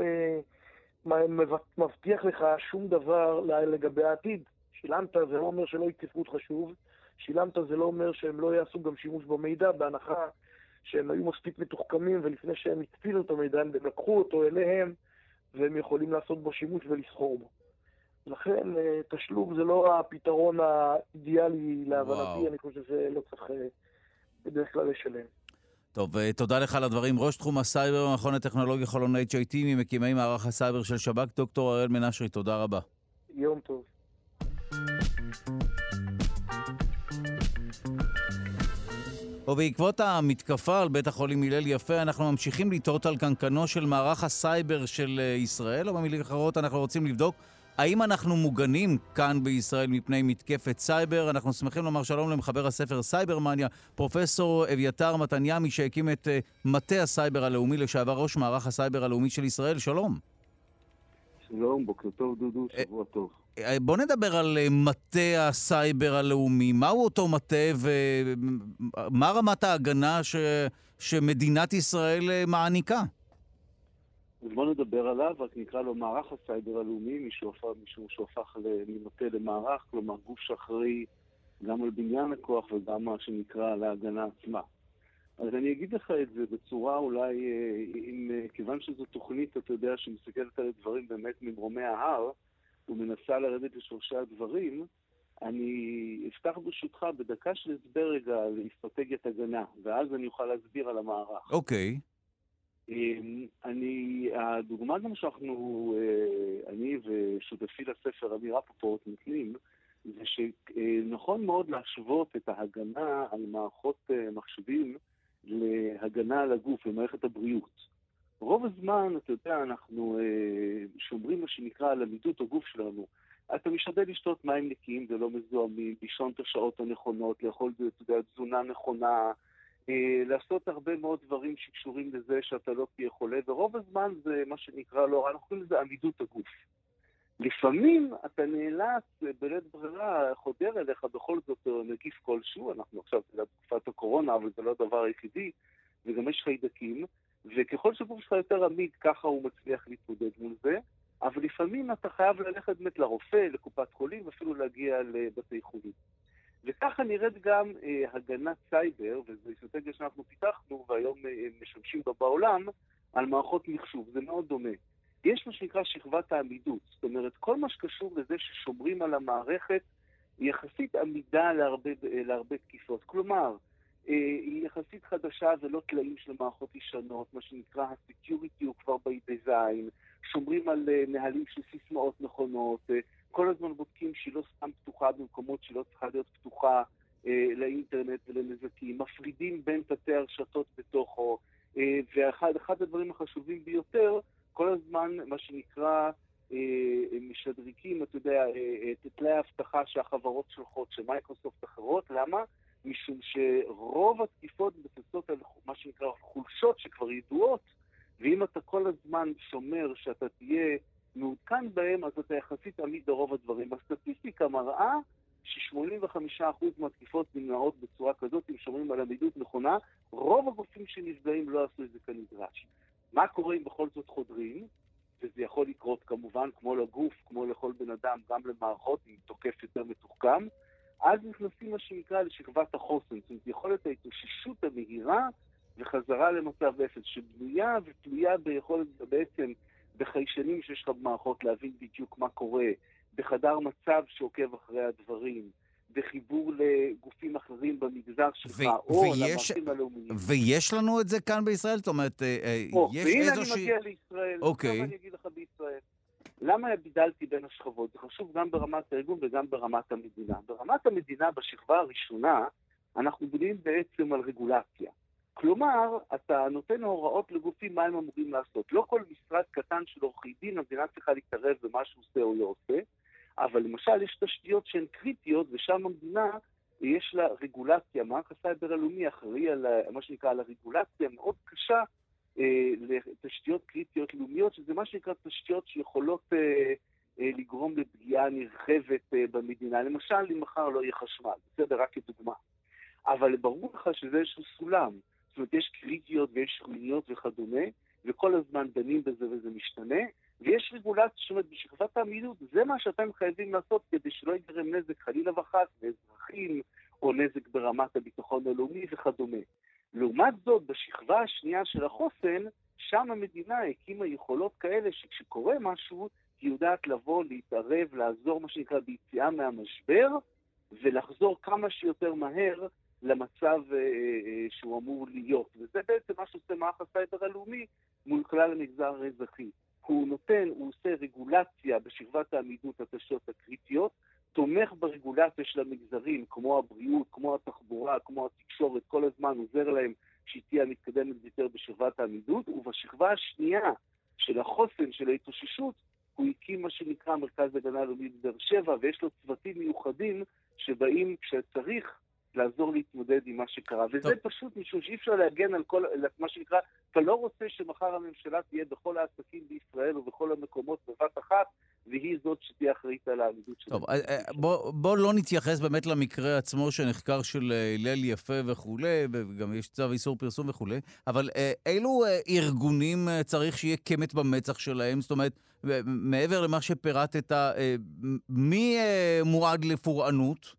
מבטיח לך שום דבר לגבי העתיד. שילמת זה לא אומר שלא יתקפו אותך שוב, שילמת זה לא אומר שהם לא יעשו גם שימוש במידע, בהנחה שהם היו מספיק מתוחכמים ולפני שהם התפילו את המידע הם לקחו אותו אליהם והם יכולים לעשות בו שימוש ולסחור בו. לכן תשלום זה לא הפתרון האידיאלי להבנתי, אני חושב שלא צריך בדרך כלל לשלם. טוב, תודה לך על הדברים. ראש תחום הסייבר במכון הטכנולוגיה חולון אייץ' איי טי, ממקימי מערך הסייבר של שב"כ, דוקטור הראל מנשרי, תודה רבה. יום טוב. ובעקבות המתקפה על בית החולים הלל יפה, אנחנו ממשיכים לטעות על קנקנו של מערך הסייבר של ישראל, או במילים אחרות אנחנו רוצים לבדוק האם אנחנו מוגנים כאן בישראל מפני מתקפת סייבר? אנחנו שמחים לומר שלום למחבר הספר סייברמניה, פרופסור אביתר מתנימי, שהקים את מטה הסייבר הלאומי, לשעבר ראש מערך הסייבר הלאומי של ישראל. שלום. שלום, בוקר טוב דודו, שבוע טוב. בוא נדבר על מטה הסייבר הלאומי. מהו אותו מטה ומה רמת ההגנה ש... שמדינת ישראל מעניקה? אז בוא נדבר עליו, רק נקרא לו מערך הסייבר הלאומי, משום שהוא הפך ממטה למערך, כלומר גוף שאחראי גם על בניין הכוח וגם מה שנקרא להגנה עצמה. אז אני אגיד לך את זה בצורה אולי, אם, כיוון שזו תוכנית, אתה יודע, שמסתכלת על הדברים באמת ממרומי ההר, ומנסה לרדת לשורשי הדברים, אני אפתח ברשותך בדקה של הסבר רגע על אסטרטגיית הגנה, ואז אני אוכל להסביר על המערך. אוקיי. אני, הדוגמה גם שאנחנו, אני ושותפי לספר אמיר אפופורט נותנים, זה שנכון מאוד להשוות את ההגנה על מערכות מחשבים להגנה על הגוף, למערכת הבריאות. רוב הזמן, אתה יודע, אנחנו שומרים מה שנקרא על עמידות הגוף שלנו. אתה משתדל לשתות מים נקיים ולא מזוהמים, לישון את השעות הנכונות, לאכול, אתה יודע, תזונה נכונה, לעשות הרבה מאוד דברים שקשורים לזה שאתה לא תהיה חולה, ורוב הזמן זה מה שנקרא, לא, אנחנו קוראים לזה עמידות הגוף. לפעמים אתה נאלץ בלית ברירה, חודר אליך בכל זאת נגיף כלשהו, אנחנו עכשיו בתקופת הקורונה, אבל זה לא הדבר היחידי, וגם יש חיידקים, וככל שגוף שלך יותר עמיד, ככה הוא מצליח להתמודד מול זה, אבל לפעמים אתה חייב ללכת באמת לרופא, לקופת חולים, ואפילו להגיע לבתי חולים. וככה נראית גם אה, הגנת סייבר, וזו אסטרטגיה שאנחנו פיתחנו, והיום אה, משמשים בה בעולם, על מערכות מחשוב. זה מאוד דומה. יש מה שנקרא שכבת העמידות. זאת אומרת, כל מה שקשור לזה ששומרים על המערכת, היא יחסית עמידה להרבה, להרבה תקיפות. כלומר, אה, היא יחסית חדשה ולא תלאים של מערכות ישנות, מה שנקרא ה-security הוא כבר ב-design, שומרים על אה, נהלים של סיסמאות נכונות, אה, כל הזמן בודקים שהיא לא סתם פתוחה במקומות שלא צריכה להיות פתוחה אה, לאינטרנט ולנזקים, מפרידים בין תתי הרשתות בתוכו, אה, ואחד אחד הדברים החשובים ביותר, כל הזמן מה שנקרא אה, משדריקים, אתה יודע, אה, את תתלי ההבטחה שהחברות שלחות, שמייקרוסופט אחרות, למה? משום שרוב התקיפות מבססות על מה שנקרא חולשות שכבר ידועות, ואם אתה כל הזמן שומר שאתה תהיה מעודכן בהם, אז אתה יחסית עמיד ברוב הדברים. הסטטיסטיקה מראה ש-שמונים וחמישה אחוז מהתקיפות נמנעות בצורה כזאת, אם שומרים על עמידות נכונה, רוב הגופים שנפגעים לא עשו את זה כנדרש. מה קורה אם בכל זאת חודרים? וזה יכול לקרות כמובן, כמו לגוף, כמו לכל בן אדם, גם למערכות, אם תוקף יותר מתוחכם, אז נכנסים מה שנקרא לשכבת החוסן, זאת אומרת, יכולת ההתאוששות המהירה וחזרה למצב אפס, שבנויה ותלויה ביכולת בעצם בחיישנים שיש לך במערכות להבין בדיוק מה קורה, בחדר מצב שעוקב אחרי הדברים, בחיבור לגופים אחרים במגזר שלך, ו- או ויש... למערכים הלאומיים. ויש לנו את זה כאן בישראל? זאת אומרת, או, יש והנה איזושהי... אני מגיע לישראל, אוקיי. כמה אני אגיד לך בישראל. למה בידלתי בין השכבות? זה חשוב גם ברמת הארגון וגם ברמת המדינה. ברמת המדינה, בשכבה הראשונה, אנחנו בונים בעצם על רגולציה. כלומר, אתה נותן הוראות לגופים מה הם אמורים לעשות. לא כל משרד קטן של עורכי דין, המדינה צריכה להתערב במה שהוא עושה או לא עושה, אבל למשל יש תשתיות שהן קריטיות, ושם המדינה יש לה רגולציה. מערך הסייבר הלאומי אחראי על מה שנקרא על הרגולציה מאוד קשה אה, לתשתיות קריטיות לאומיות, שזה מה שנקרא תשתיות שיכולות אה, אה, לגרום לפגיעה נרחבת אה, במדינה. למשל, אם מחר לא יהיה חשמל, בסדר, רק כדוגמה. אבל ברור לך שזה איזשהו סולם. זאת אומרת, יש קריטיות ויש חיוניות וכדומה, וכל הזמן דנים בזה וזה משתנה, ויש רגולציה, זאת אומרת, בשכבת העמידות, זה מה שאתם חייבים לעשות כדי שלא יגרם נזק חלילה וחס לאזרחים, או נזק ברמת הביטחון הלאומי וכדומה. לעומת זאת, בשכבה השנייה של החוסן, שם המדינה הקימה יכולות כאלה שכשקורה משהו, היא יודעת לבוא, להתערב, לעזור מה שנקרא ביציאה מהמשבר, ולחזור כמה שיותר מהר למצב אה, אה, שהוא אמור להיות. וזה בעצם מה שעושה מערך הסייבר הלאומי מול כלל המגזר האזרחי. הוא נותן, הוא עושה רגולציה בשכבת העמידות התשתיות הקריטיות, תומך ברגולציה של המגזרים, כמו הבריאות, כמו התחבורה, כמו התקשורת, כל הזמן עוזר להם שהיא תהיה מתקדמת יותר בשכבת העמידות, ובשכבה השנייה של החוסן, של ההתאוששות, הוא הקים מה שנקרא מרכז הגנה לאומי בבאר שבע, ויש לו צוותים מיוחדים שבאים כשצריך לעזור להתמודד עם מה שקרה. וזה טוב. פשוט משום שאי אפשר להגן על כל, על מה שנקרא, אתה לא רוצה שמחר הממשלה תהיה בכל העסקים בישראל ובכל המקומות בבת אחת, והיא זאת שתהיה אחראית על העמידות שלה. טוב, בוא, בוא לא נתייחס באמת למקרה עצמו שנחקר של הלל יפה וכו', וגם יש צו איסור פרסום וכו', אבל אילו ארגונים צריך שיהיה קמת במצח שלהם? זאת אומרת, מעבר למה שפירטת, מי מועד לפורענות?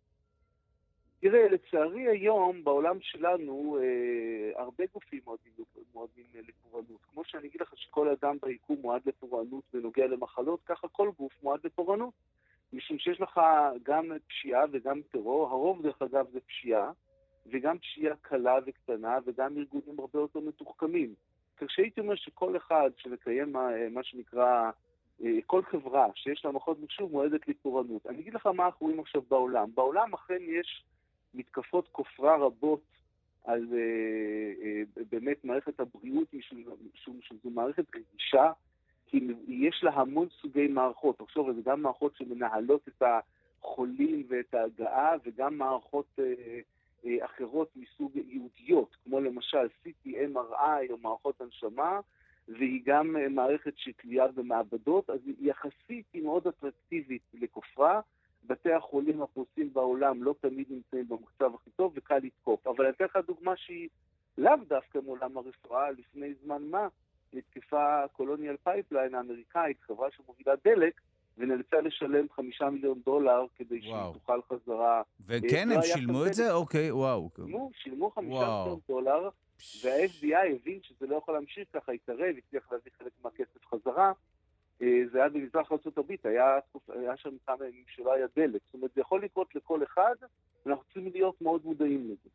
תראה, לצערי היום בעולם שלנו אה, הרבה גופים מועדים, מועדים לפורענות. כמו שאני אגיד לך שכל אדם ביקום מועד לפורענות בנוגע למחלות, ככה כל גוף מועד לפורענות. משום שיש לך גם פשיעה וגם טרור, הרוב דרך אגב זה פשיעה, וגם פשיעה קלה וקטנה, וגם ארגונים הרבה יותר מתוחכמים. כך שהייתי אומר שכל אחד שמקיים מה, מה שנקרא, אה, כל חברה שיש לה מערכות מחשוב מועדת לפורענות. אני אגיד לך מה אנחנו רואים עכשיו בעולם. בעולם אכן יש מתקפות כופרה רבות על uh, uh, באמת מערכת הבריאות, משום שזו מערכת רגישה, כי יש לה המון סוגי מערכות. עכשיו, זה גם מערכות שמנהלות את החולים ואת ההגעה, וגם מערכות uh, uh, אחרות מסוג יהודיות, כמו למשל סי טי, אם אר איי או מערכות הנשמה, והיא גם uh, מערכת שתלויה במעבדות, אז יחסית היא מאוד אטרקטיבית לכופרה. בתי החולים הפרוסים בעולם לא תמיד נמצאים במצב הכי טוב וקל לתקוף. אבל אני אתן לך דוגמה שהיא לאו דווקא מעולם הרפואה. לפני זמן מה נתקפה קולוניאל פייפליין האמריקאית, חברה שמובילה דלק, ונאלצה לשלם חמישה מיליון דולר כדי שהיא תוכל חזרה. וכן, הם שילמו את זה? אוקיי, וואו. שילמו, שילמו חמישה מיליון דולר, וה-אף בי איי הבין שזה לא יכול להמשיך ככה, התערב, הצליח להביא חלק מהכסף חזרה. זה היה במזרח ארצות הברית, היה, היה שם כמה ימים שלא היה דלק. זאת אומרת, זה יכול לקרות לכל אחד, ואנחנו צריכים להיות מאוד מודעים לזה.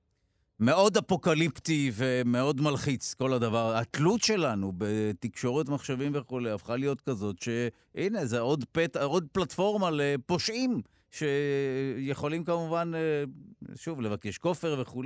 מאוד אפוקליפטי ומאוד מלחיץ כל הדבר. התלות שלנו בתקשורת מחשבים וכו' הפכה להיות כזאת שהנה, זה עוד, פט, עוד פלטפורמה לפושעים שיכולים כמובן, שוב, לבקש כופר וכו'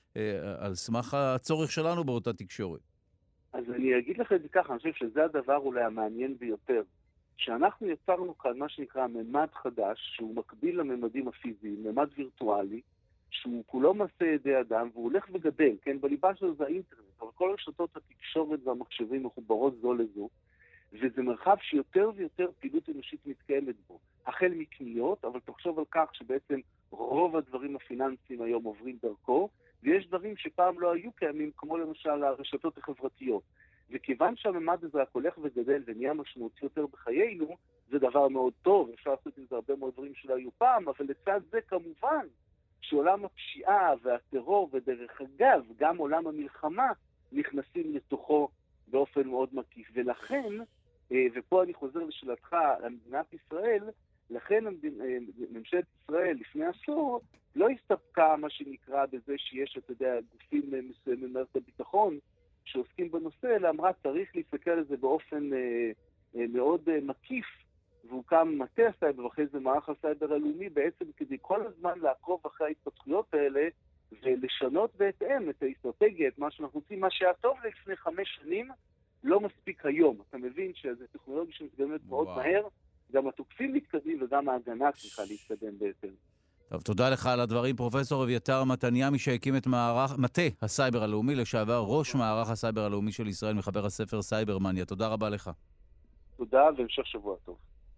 על סמך הצורך שלנו באותה תקשורת. אז אני אגיד לך את זה ככה, אני חושב שזה הדבר אולי המעניין ביותר. שאנחנו יצרנו כאן מה שנקרא ממד חדש, שהוא מקביל לממדים הפיזיים, ממד וירטואלי, שהוא כולו מעשה ידי אדם, והוא הולך וגדל, כן? בליבה שלו זה האינטרנט, אבל כל רשתות התקשורת והמחשבים מחוברות זו לזו, וזה מרחב שיותר ויותר פעילות אנושית מתקיימת בו. החל מקניות, אבל תחשוב על כך שבעצם רוב הדברים הפיננסיים היום עוברים דרכו, ויש דברים שפעם לא היו קיימים, כמו למשל הרשתות החברתיות. וכיוון שהממד הזה רק הולך וגדל ונהיה משמעותי יותר בחיינו, זה דבר מאוד טוב, אפשר לעשות עם זה הרבה מאוד דברים שלא היו פעם, אבל לצד זה כמובן שעולם הפשיעה והטרור, ודרך אגב, גם עולם המלחמה, נכנסים לתוכו באופן מאוד מקיף. ולכן, ופה אני חוזר לשאלתך על מדינת ישראל, לכן ממשלת ישראל לפני עשור לא הסתפקה מה שנקרא בזה שיש, אתה יודע, גופים מסוימים במערכת הביטחון שעוסקים בנושא, אלא אמרה צריך להסתכל על זה באופן אה, אה, מאוד אה, מקיף, והוקם מטה הסייבר ואחרי זה מערך הסייבר הלאומי בעצם כדי כל הזמן לעקוב אחרי ההתפתחויות האלה ולשנות בהתאם את האסטרטגיה, את מה שאנחנו רוצים, מה שהיה טוב לפני חמש שנים לא מספיק היום. אתה מבין שזה טכנולוגיה שמתקדמת מאוד מהר, גם התוקפים מתקדמים וגם ההגנה צריכה להתקדם בהתאם. טוב, תודה לך על הדברים, פרופסור אביתר מתניהו, מי שהקים את מערך, מטה הסייבר הלאומי, לשעבר ראש מערך הסייבר הלאומי של ישראל, מחבר הספר סייברמניה. תודה רבה לך. תודה והמשך שבוע טוב.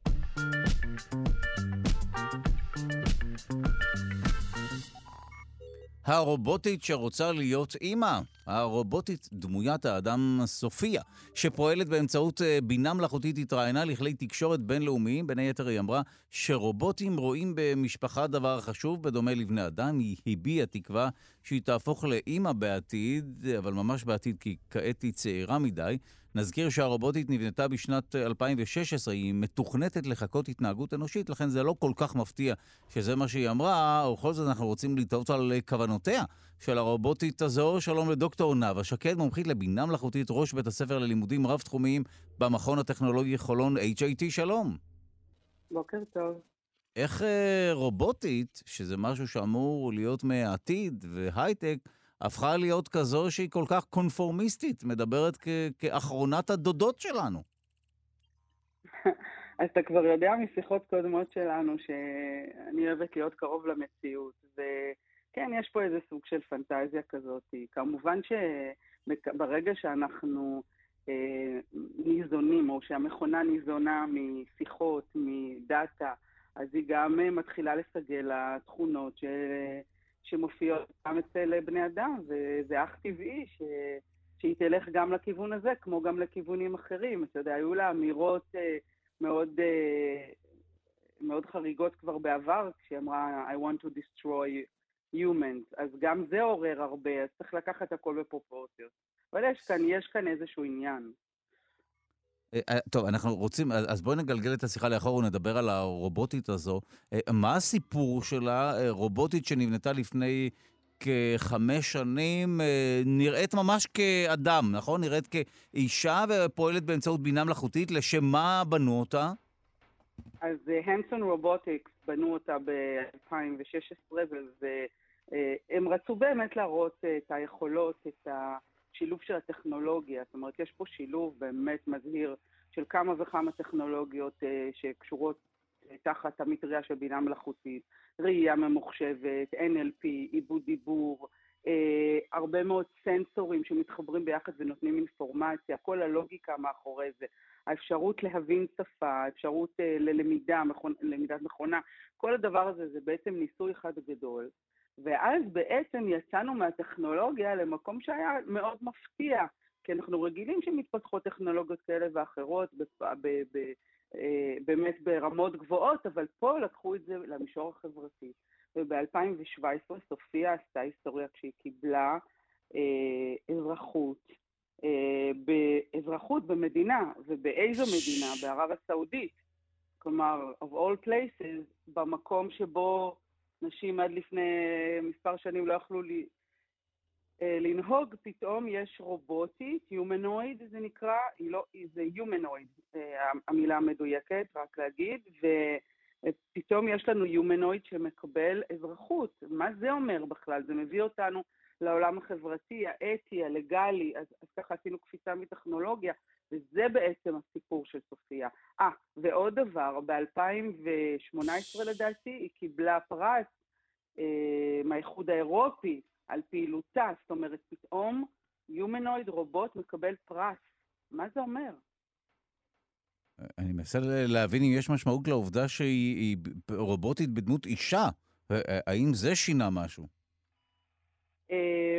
הרובוטית שרוצה להיות אימא, הרובוטית דמוית האדם סופיה, שפועלת באמצעות בינה מלאכותית התראיינה לכלי תקשורת בינלאומיים. בין היתר היא אמרה שרובוטים רואים במשפחה דבר חשוב בדומה לבני אדם. היא הביעה תקווה שהיא תהפוך לאימא בעתיד, אבל ממש בעתיד כי כעת היא צעירה מדי. נזכיר שהרובוטית נבנתה בשנת אלפיים ושש עשרה, היא מתוכנתת לחקות התנהגות אנושית, לכן זה לא כל כך מפתיע שזה מה שהיא אמרה, ובכל זאת אנחנו רוצים לטעות על כוונותיה של הרובוטית הזו. שלום לדוקטור נאוה שקד, מומחית לבינה מלאכותית, ראש בית הספר ללימודים רב-תחומיים במכון הטכנולוגי חולון אייץ' איי טי, שלום. בוקר טוב. איך רובוטית, שזה משהו שאמור להיות מהעתיד והייטק, הפכה להיות כזו שהיא כל כך קונפורמיסטית, מדברת כ- כאחרונת הדודות שלנו. אז אתה כבר יודע משיחות קודמות שלנו שאני אוהבת להיות קרוב למציאות, וכן, יש פה איזה סוג של פנטזיה כזאת. כמובן שברגע שאנחנו אה, ניזונים, או שהמכונה ניזונה משיחות, מדאטה, אז היא גם מתחילה לסגל התכונות ש... שמופיעות גם אצל בני אדם, וזה אך טבעי ש... שהיא תלך גם לכיוון הזה, כמו גם לכיוונים אחרים. אתה יודע, היו לה אמירות אה, מאוד, אה, מאוד חריגות כבר בעבר, כשהיא אמרה, I want to destroy humans. אז גם זה עורר הרבה, אז צריך לקחת הכל בפרופורציות. אבל יש כאן, יש כאן איזשהו עניין. טוב, אנחנו רוצים, אז בואי נגלגל את השיחה לאחור ונדבר על הרובוטית הזו. מה הסיפור שלה? רובוטית שנבנתה לפני כחמש שנים, נראית ממש כאדם, נכון? נראית כאישה ופועלת באמצעות בינה מלאכותית. לשם מה בנו אותה? אז הנסון רובוטיקס בנו אותה ב-אלפיים ושש עשרה, והם רצו באמת להראות את היכולות, את ה... שילוב של הטכנולוגיה. זאת אומרת, יש פה שילוב באמת מזהיר של כמה וכמה טכנולוגיות אה, שקשורות אה, תחת המטריה של בינה מלאכותית, ראייה ממוחשבת, אן אל פי, עיבוד דיבור, אה, הרבה מאוד סנסורים שמתחברים ביחד ונותנים אינפורמציה, כל הלוגיקה מאחורי זה, האפשרות להבין שפה, האפשרות אה, ללמידה, מכונה, למידת מכונה, כל הדבר הזה זה בעצם ניסוי אחד גדול. ואז בעצם יצאנו מהטכנולוגיה למקום שהיה מאוד מפתיע, כי אנחנו רגילים שמתפתחות טכנולוגיות כאלה ואחרות, ב- ב- ב- באמת ברמות גבוהות, אבל פה לקחו את זה למישור החברתי. וב-אלפיים שבע עשרה סופיה עשתה היסטוריה כשהיא קיבלה אה, אזרחות, אה, באזרחות במדינה, ובאיזו מדינה? בערב הסעודית. כלומר, of all places, במקום שבו נשים עד לפני מספר שנים לא יכלו לי, אה, לנהוג, פתאום יש רובוטית, humanoid זה נקרא, היא לא, זה humanoid, אה, המילה המדויקת, רק להגיד, ופתאום יש לנו humanoid שמקבל אזרחות. מה זה אומר בכלל? זה מביא אותנו לעולם החברתי, האתי, הלגלי, אז, אז ככה עשינו קפיצה מטכנולוגיה, וזה בעצם הסיפור של סופיה. אה, ועוד דבר, ב-אלפיים שמונה עשרה לדעתי, היא קיבלה פרס אה, מהאיחוד האירופי על פעילותה, זאת אומרת, פתאום יומנויד רובוט מקבל פרס. מה זה אומר? אני מנסה להבין אם יש משמעות לעובדה שהיא רובוטית בדמות אישה. האם זה שינה משהו? אה,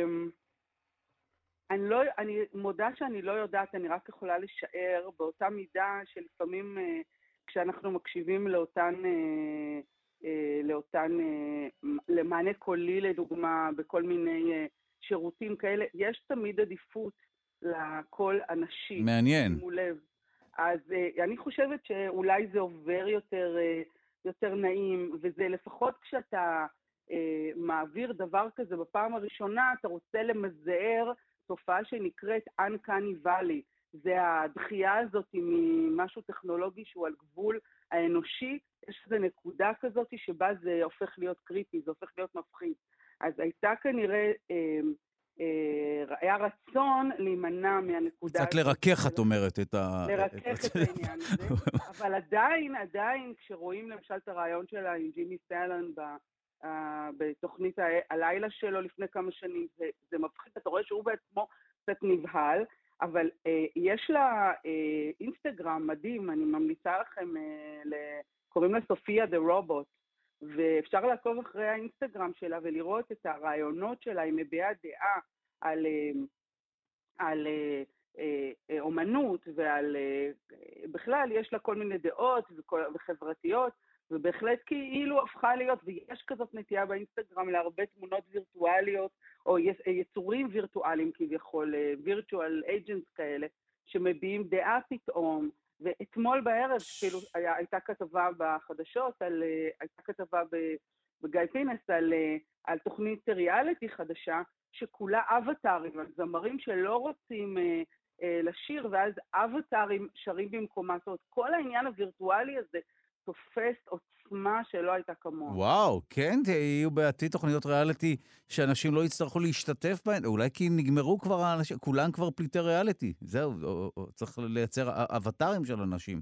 אני, לא, אני מודה שאני לא יודעת, אני רק יכולה לשער באותה מידה שלפעמים אה, כשאנחנו מקשיבים לאותן, אה, אה, לאותן, אה, למענה קולי לדוגמה, בכל מיני אה, שירותים כאלה, יש תמיד עדיפות לקול הנשי. מעניין. שימו לב. אז אה, אני חושבת שאולי זה עובר יותר, אה, יותר נעים, וזה לפחות כשאתה אה, מעביר דבר כזה בפעם הראשונה, אתה רוצה למזער תופעה שנקראת Uncanny Valley. זה הדחייה הזאת ממשהו טכנולוגי שהוא על גבול האנושי, יש איזו נקודה כזאת שבה זה הופך להיות קריטי, זה הופך להיות מפחיד. אז הייתה כנראה, אה, אה, היה רצון להימנע מהנקודה קצת לרכך, את אומרת, את ה... לרכך את העניין הזה, אבל עדיין, עדיין, כשרואים למשל את הרעיון שלה עם ג'ימי פאלון ב... Uh, בתוכנית ה- הלילה שלו לפני כמה שנים, זה, זה מפחיד, אתה רואה שהוא בעצמו קצת נבהל, אבל uh, יש לה uh, אינסטגרם מדהים, אני ממליצה לכם, uh, ל- קוראים לה סופיה דה רובוט, ואפשר לעקוב אחרי האינסטגרם שלה ולראות את הרעיונות שלה, היא מביעה דעה על, uh, על uh, uh, אומנות ועל, uh, בכלל יש לה כל מיני דעות וכל, וחברתיות, ובהחלט כאילו הפכה להיות, ויש כזאת נטייה באינסטגרם להרבה תמונות וירטואליות, או יצורים וירטואליים כביכול, virtual agents כאלה, שמביעים דעה פתאום, ואתמול בערב, כאילו, היה, הייתה כתבה בחדשות, על, הייתה כתבה בגיא פינס, על, על תוכנית ריאליטי חדשה, שכולה אבטרים, על זמרים שלא רוצים לשיר, ואז אבטרים שרים במקומה, זאת אומרת, כל העניין הווירטואלי הזה, תופס עוצמה שלא הייתה כמוה. וואו, כן, יהיו בעתיד תוכניות ריאליטי שאנשים לא יצטרכו להשתתף בהן, אולי כי נגמרו כבר האנשים, כולם כבר פליטי ריאליטי, זהו, או, או, צריך לייצר אבטרים של אנשים.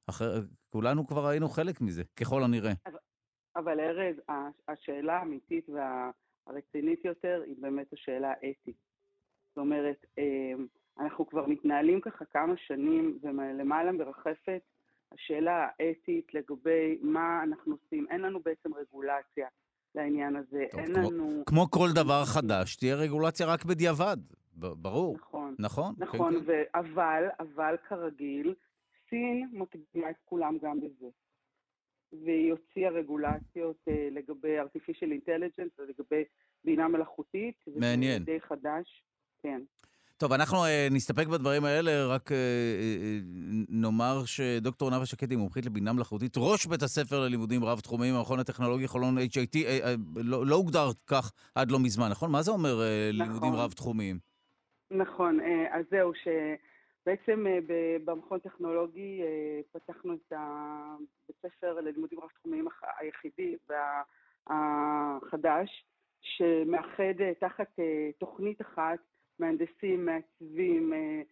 אחר, כולנו כבר היינו חלק מזה, ככל הנראה. אבל, אבל ארז, השאלה האמיתית והרצינית יותר היא באמת השאלה האתית. זאת אומרת, אנחנו כבר מתנהלים ככה כמה שנים, ולמעלה מרחפת השאלה האתית לגבי מה אנחנו עושים. אין לנו בעצם רגולציה לעניין הזה. טוב, אין כמו, לנו... כמו כל דבר חדש, תהיה רגולציה רק בדיעבד. ברור. נכון. נכון. נכון, כן, כן. ו- אבל, אבל כרגיל, סין מקדימה את כולם גם בזה. והיא הוציאה רגולציות uh, לגבי artificial intelligence ולגבי בינה מלאכותית. מעניין. וזה די חדש, כן. טוב, אנחנו uh, נסתפק בדברים האלה, רק uh, uh, נאמר שדוקטור נאוה שקדי, מומחית לבינה מלאכותית, ראש בית הספר ללימודים רב-תחומיים, המכון הטכנולוגי חולון אייץ' איי טי, uh, uh, לא, לא הוגדר כך עד לא מזמן, נכון? מה זה אומר uh, נכון. לימודים רב-תחומיים? נכון, uh, אז זהו שבעצם uh, במכון טכנולוגי uh, פתחנו את הבית הספר ללימודים רב-תחומיים היחידי והחדש, שמאחד uh, תחת uh, תוכנית אחת, מהנדסים, מעצבים,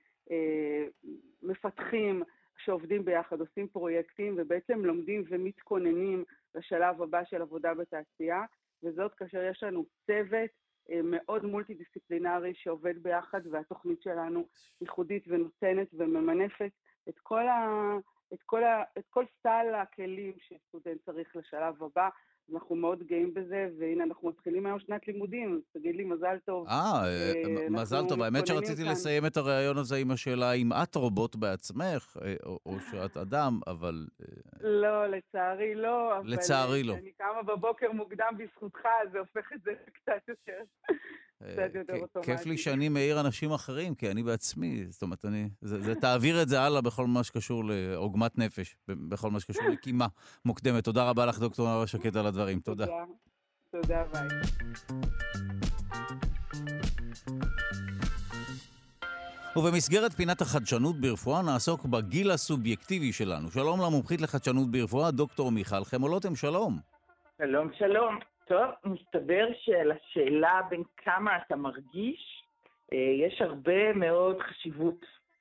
מפתחים שעובדים ביחד, עושים פרויקטים ובעצם לומדים ומתכוננים לשלב הבא של עבודה בתעשייה, וזאת כאשר יש לנו צוות מאוד מולטי-דיסציפלינרי שעובד ביחד, והתוכנית שלנו ייחודית ונותנת וממנפת את כל, ה... את כל, ה... את כל סל הכלים שסטודנט צריך לשלב הבא. אנחנו מאוד גאים בזה, והנה אנחנו מתחילים היום שנת לימודים, תגיד לי מזל טוב. אה, מזל טוב. האמת שרציתי לסיים את הרעיון הזה עם השאלה אם את רובוט בעצמך, או שאת אדם, אבל... לא, לצערי לא. לצערי לא. אני קמה בבוקר מוקדם בזכותך, זה הופך את זה קצת יותר. כיף לי שאני מעיר אנשים אחרים, כי אני בעצמי, זאת אומרת, אני, זה, זה תעביר את זה הלאה בכל מה שקשור לעוגמת נפש, בכל מה שקשור לקימה מוקדמת. תודה רבה לך, דוקטור נאוה שקד, על הדברים. תודה. תודה, ביי. ובמסגרת פינת החדשנות ברפואה נעסוק בגיל הסובייקטיבי שלנו. שלום למומחית לחדשנות ברפואה, דוקטור מיכל חמולותם, שלום. שלום, שלום. טוב, מסתבר שלשאלה בין כמה אתה מרגיש, יש הרבה מאוד חשיבות.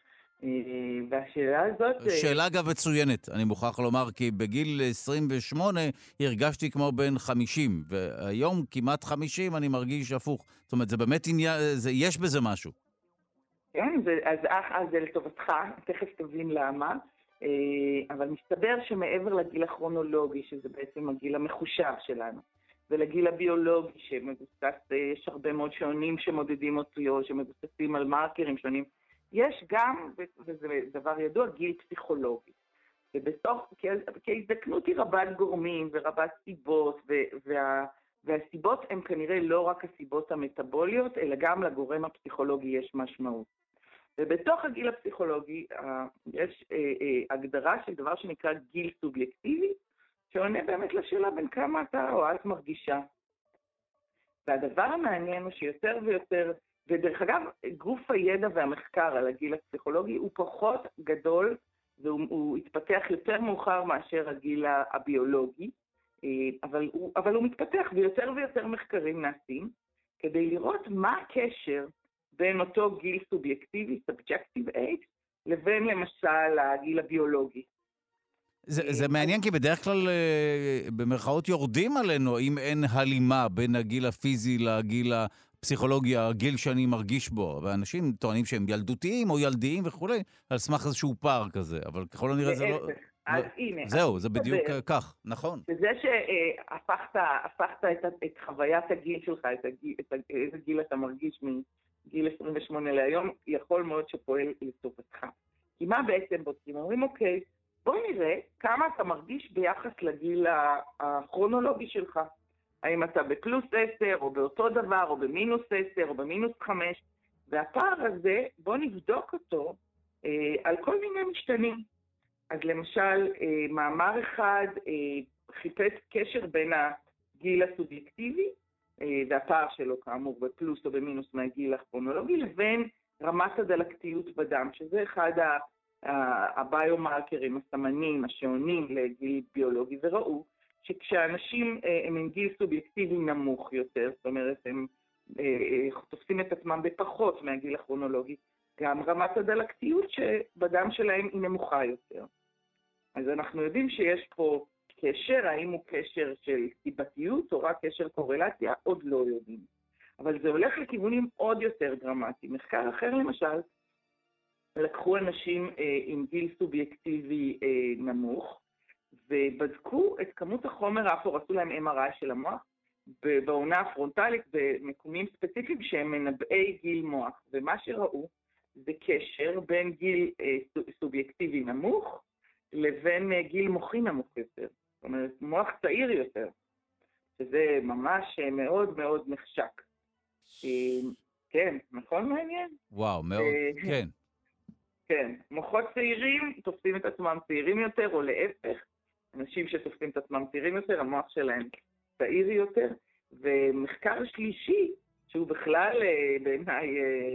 והשאלה הזאת... שאלה אגב מצוינת, אני מוכרח לומר, כי בגיל עשרים ושמונה הרגשתי כמו בן חמישים, והיום כמעט חמישים אני מרגיש הפוך. זאת אומרת, זה באמת עניין, זה, יש בזה משהו. כן, זה, אז, אז זה לטובתך, תכף תבין למה. אבל מסתבר שמעבר לגיל הכרונולוגי, שזה בעצם הגיל המחושב שלנו, ולגיל הביולוגי שמבוסס, יש הרבה מאוד שעונים שמודדים אותו, שמבוססים על מרקרים שונים, יש גם, וזה דבר ידוע, גיל פסיכולוגי. ובתוך, כי ההזדקנות היא רבת גורמים ורבת סיבות, וה, והסיבות הן כנראה לא רק הסיבות המטאבוליות, אלא גם לגורם הפסיכולוגי יש משמעות. ובתוך הגיל הפסיכולוגי יש הגדרה של דבר שנקרא גיל סובייקטיבי, שעונה באמת לשאלה בין כמה אתה או את מרגישה. והדבר המעניין הוא שיותר ויותר, ודרך אגב, גוף הידע והמחקר על הגיל הפסיכולוגי הוא פחות גדול, והוא התפתח יותר מאוחר מאשר הגיל הביולוגי, אבל הוא, אבל הוא מתפתח ויותר ויותר מחקרים נעשים, כדי לראות מה הקשר בין אותו גיל סובייקטיבי, subjective age, לבין למשל הגיל הביולוגי. זה, זה מעניין כי בדרך כלל במרכאות יורדים עלינו אם אין הלימה בין הגיל הפיזי לגיל הפסיכולוגי, הגיל שאני מרגיש בו. ואנשים טוענים שהם ילדותיים או ילדיים וכו', על סמך איזשהו פער כזה, אבל ככל הנראה זה לא... אז הנה. זהו, זה בדיוק כך, נכון. וזה שהפכת הפכת את, את חוויית הגיל שלך, את הגיל, את איזה גיל אתה מרגיש מגיל עשרים ושמונה להיום, יכול מאוד שפועל לטובתך. כי מה בעצם בודקים? אומרים, אוקיי, בוא נראה כמה אתה מרגיש ביחס לגיל הכרונולוגי שלך. האם אתה בפלוס עשר, או באותו דבר, או במינוס עשר, או במינוס חמש, והפער הזה, בוא נבדוק אותו אה, על כל מיני משתנים. אז למשל, אה, מאמר אחד אה, חיפש קשר בין הגיל הסובייקטיבי, אה, והפער שלו כאמור בפלוס או במינוס מהגיל הכרונולוגי, לבין רמת הדלקתיות בדם, שזה אחד ה... הביומרקרים, הסמנים, השעונים לגיל ביולוגי, וראו שכשאנשים הם עם גיל סובייקטיבי נמוך יותר, זאת אומרת, הם תופסים את עצמם בפחות מהגיל הכרונולוגי, גם רמת הדלקתיות שבדם שלהם היא נמוכה יותר. אז אנחנו יודעים שיש פה קשר, האם הוא קשר של סיבתיות או רק קשר קורלציה, עוד לא יודעים. אבל זה הולך לכיוונים עוד יותר דרמטיים. מחקר אחר למשל, לקחו אנשים אה, עם גיל סובייקטיבי אה, נמוך, ובדקו את כמות החומר האפור, עשו להם אם אר איי של המוח, בעונה הפרונטלית במקומים ספציפיים שהם מנבאי גיל מוח, ומה שראו זה קשר בין גיל אה, סובייקטיבי נמוך לבין אה, גיל מוחי נמוך יותר, זאת אומרת מוח צעיר יותר, שזה ממש אה, מאוד מאוד נחשק. אה, כן, נכון מעניין? וואו, מאוד, אה, כן. כן, מוחות צעירים תופסים את עצמם צעירים יותר, או להפך, אנשים שתופסים את עצמם צעירים יותר, המוח שלהם צעיר יותר, ומחקר שלישי, שהוא בכלל בעיניי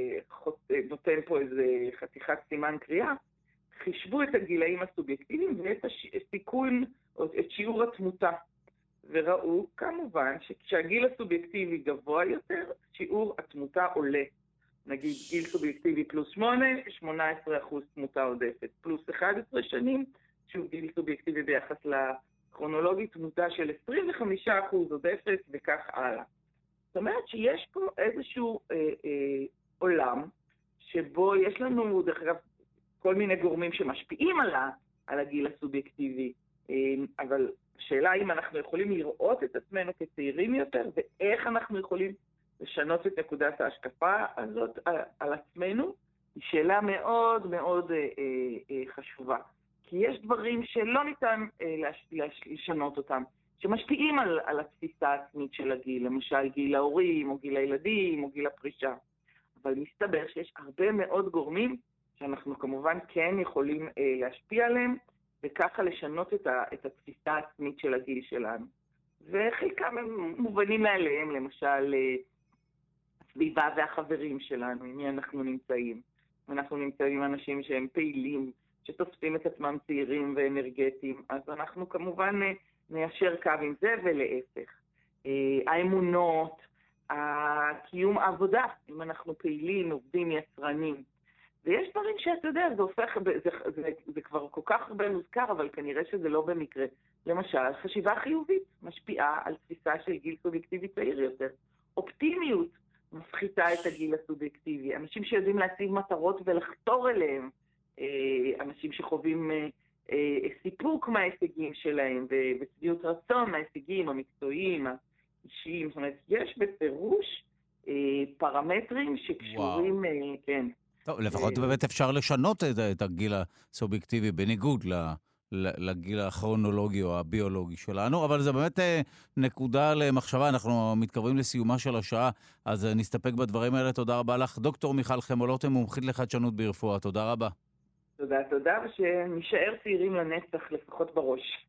נותן פה איזה חתיכת סימן קריאה, חישבו את הגילאים הסובייקטיביים ואת הסיכון, או את שיעור התמותה, וראו כמובן שכשהגיל הסובייקטיבי גבוה יותר, שיעור התמותה עולה. נגיד גיל סובייקטיבי פלוס שמונה, שמונה עשרה אחוז תמותה עודפת, פלוס אחת עשרה שנים, שהוא גיל סובייקטיבי ביחס לכרונולוגית תמותה של עשרים וחמישה אחוז עודפת וכך הלאה. זאת אומרת שיש פה איזשהו אה, אה, עולם שבו יש לנו, דרך אגב, כל מיני גורמים שמשפיעים על, ה, על הגיל הסובייקטיבי, אה, אבל השאלה אם אנחנו יכולים לראות את עצמנו כצעירים יותר ואיך אנחנו יכולים לשנות את נקודת ההשקפה הזאת על, על עצמנו, היא שאלה מאוד מאוד אה, אה, חשובה. כי יש דברים שלא ניתן אה, לש, לש, לשנות אותם, שמשפיעים על, על התפיסה העצמית של הגיל, למשל גיל ההורים, או גיל הילדים, או גיל הפרישה. אבל מסתבר שיש הרבה מאוד גורמים שאנחנו כמובן כן יכולים אה, להשפיע עליהם, וככה לשנות את, ה, את התפיסה העצמית של הגיל שלנו. וחלקם הם מובנים מעליהם, למשל, אה, הסביבה והחברים שלנו, עם מי אנחנו נמצאים. אנחנו נמצאים עם אנשים שהם פעילים, שתופסים את עצמם צעירים ואנרגטיים, אז אנחנו כמובן ניישר קו עם זה ולהפך. האמונות, הקיום העבודה, אם אנחנו פעילים, עובדים, יצרנים. ויש דברים שאתה יודע, זה הופך, זה, זה, זה כבר כל כך הרבה מוזכר, אבל כנראה שזה לא במקרה. למשל, חשיבה חיובית משפיעה על תפיסה של גיל סובייקטיבי צעיר יותר. אופטימיות מפחיתה את הגיל הסובייקטיבי. אנשים שיודעים להציב מטרות ולחתור אליהם, אנשים שחווים סיפוק מההישגים שלהם, ושביעות רצון מההישגים המקצועיים, האישיים. זאת אומרת, יש בפירוש פרמטרים שקשורים, כן. טוב, לפחות באמת אפשר לשנות את הגיל הסובייקטיבי בניגוד לגיל הכרונולוגי או הביולוגי שלנו, אבל זה באמת נקודה למחשבה. אנחנו מתקרבים לסיומה של השעה, אז נסתפק בדברים האלה. תודה רבה לך. דוקטור מיכל חמולוטם, מומחית לחדשנות ברפואה. תודה רבה. תודה, תודה, ושנשאר צעירים לנצח, לפחות בראש.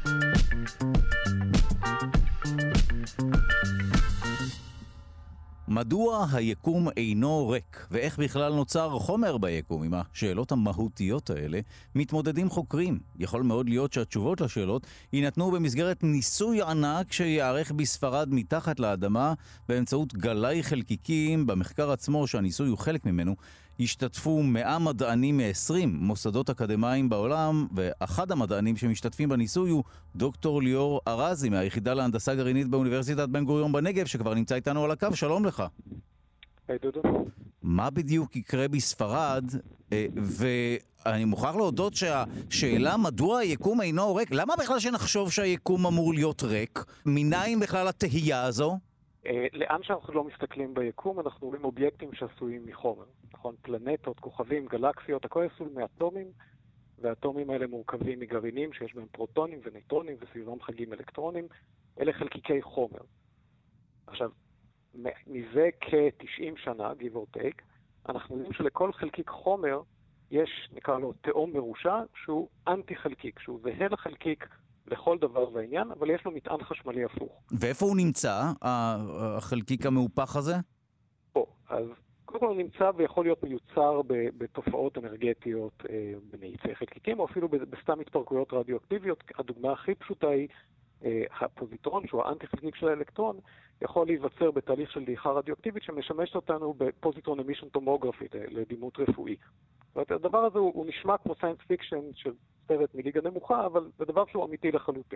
מדוע היקום אינו ריק, ואיך בכלל נוצר חומר ביקום? עם השאלות המהותיות האלה מתמודדים חוקרים. יכול מאוד להיות שהתשובות לשאלות יינתנו במסגרת ניסוי ענק שיערך בספרד מתחת לאדמה באמצעות גלי חלקיקים. במחקר עצמו, שהניסוי הוא חלק ממנו, השתתפו מאה מדענים מ-עשרים מוסדות אקדמיים בעולם, ואחד המדענים שמשתתפים בניסוי הוא דוקטור ליאור ארזי מהיחידה להנדסה גרעינית באוניברסיטת בן גוריון בנגב, שכבר נמצא איתנו על הקו. שלום לך. היי דודו. מה בדיוק יקרה בספרד? ואני מוכרח להודות שהשאלה מדוע היקום אינו ריק, למה בכלל שנחשוב שהיקום אמור להיות ריק? מניין בכלל התהייה הזו? לאן שאנחנו לא מסתכלים ביקום, אנחנו רואים אובייקטים שעשויים מחומר. נכון, פלנטות, כוכבים, גלקסיות, הכל עשוי מאטומים, והאטומים האלה מורכבים מגרעינים שיש בהם פרוטונים ונייטרונים וסביבם חגים אלקטרונים. אלה חלקיקי חומר. עכשיו, מזה כ-תשעים שנה, give or take, אנחנו יודעים שלכל חלקיק חומר יש, נקרא לו, תאום מרושע, שהוא אנטי חלקיק, שהוא זהה לחלקיק לכל דבר ועניין, אבל יש לו מטען חשמלי הפוך. ואיפה הוא נמצא, החלקיק המהופך הזה? פה, אז קודם כל הוא נמצא ויכול להיות מיוצר בתופעות אנרגטיות, במאיצי חלקיקים, או אפילו בסתם התפרקויות רדיואקטיביות. הדוגמה הכי פשוטה היא הפוזיטרון, שהוא האנטי חלקיק של האלקטרון, יכול להיווצר בתהליך של דעיכה רדיואקטיבית שמשמשת אותנו בפוזיטרון אמישן טומוגרפית, לדימות רפואי. הדבר הזה הוא, הוא נשמע כמו סיינס פיקשן של סרט מליגה נמוכה, אבל זה דבר שהוא אמיתי לחלוטין.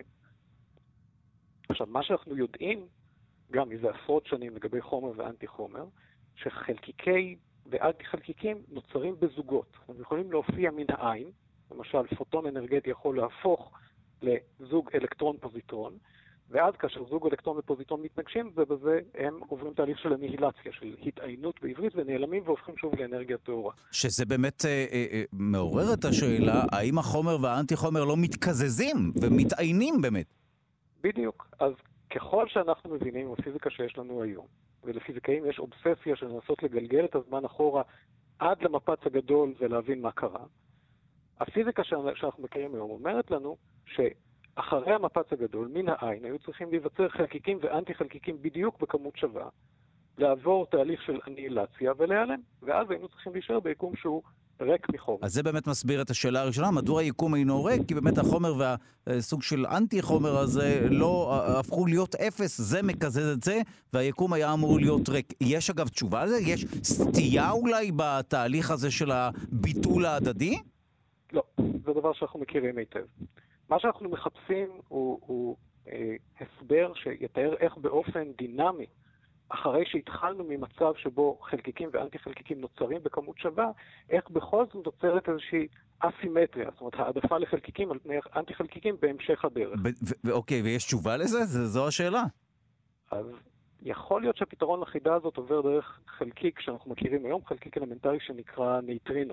עכשיו, מה שאנחנו יודעים, גם מזה עשרות שנים לגבי חומר ואנטי חומר, שחלקיקי ואנטי חלקיקים נוצרים בזוגות. הם יכולים להופיע מן העין, למשל פוטון אנרגטי יכול להפוך לזוג אלקטרון-פוזיטרון, ואז כאשר זוג אלקטרון ופוזיטרון מתנגשים, ובזה הם עוברים תהליך של אניהילציה, של התעיינות בעברית, ונעלמים והופכים שוב לאנרגיה טהורה. שזה באמת אה, אה, מעורר את השאלה, האם החומר והאנטי חומר לא מתקזזים ומתעיינים באמת? בדיוק. אז ככל שאנחנו מבינים בפיזיקה שיש לנו היום, ולפיזיקאים יש אובססיה של לנסות לגלגל את הזמן אחורה עד למפץ הגדול ולהבין מה קרה, הפיזיקה שאנחנו מכירים היום אומרת לנו שאחרי המפץ הגדול, מן העין, היו צריכים להיווצר חלקיקים ואנטי חלקיקים בדיוק בכמות שווה, לעבור תהליך של אניהילציה ולהיעלם, ואז היינו צריכים להישאר ביקום שהוא ריק מחומר. אז זה באמת מסביר את השאלה הראשונה, מדוע היקום אינו ריק? כי באמת החומר והסוג של אנטי חומר הזה לא הפכו להיות אפס, זה מקזז את זה, והיקום היה אמור להיות ריק. יש אגב תשובה לזה? יש סטייה אולי בתהליך הזה של הביטול ההדדי? לא, זה דבר שאנחנו מכירים היטב. מה שאנחנו מחפשים הוא, הוא אה, הסבר שיתאר איך באופן דינמי, אחרי שהתחלנו ממצב שבו חלקיקים ואנטי חלקיקים נוצרים בכמות שווה, איך בכל זאת נוצרת איזושהי אסימטריה, זאת אומרת, העדפה לחלקיקים על פני אנטי חלקיקים בהמשך הדרך. אוקיי, ויש תשובה לזה? זו השאלה. אז יכול להיות שהפתרון לחידה הזאת עובר דרך חלקיק שאנחנו מכירים היום, חלקיק אלמנטרי שנקרא נייטרינו.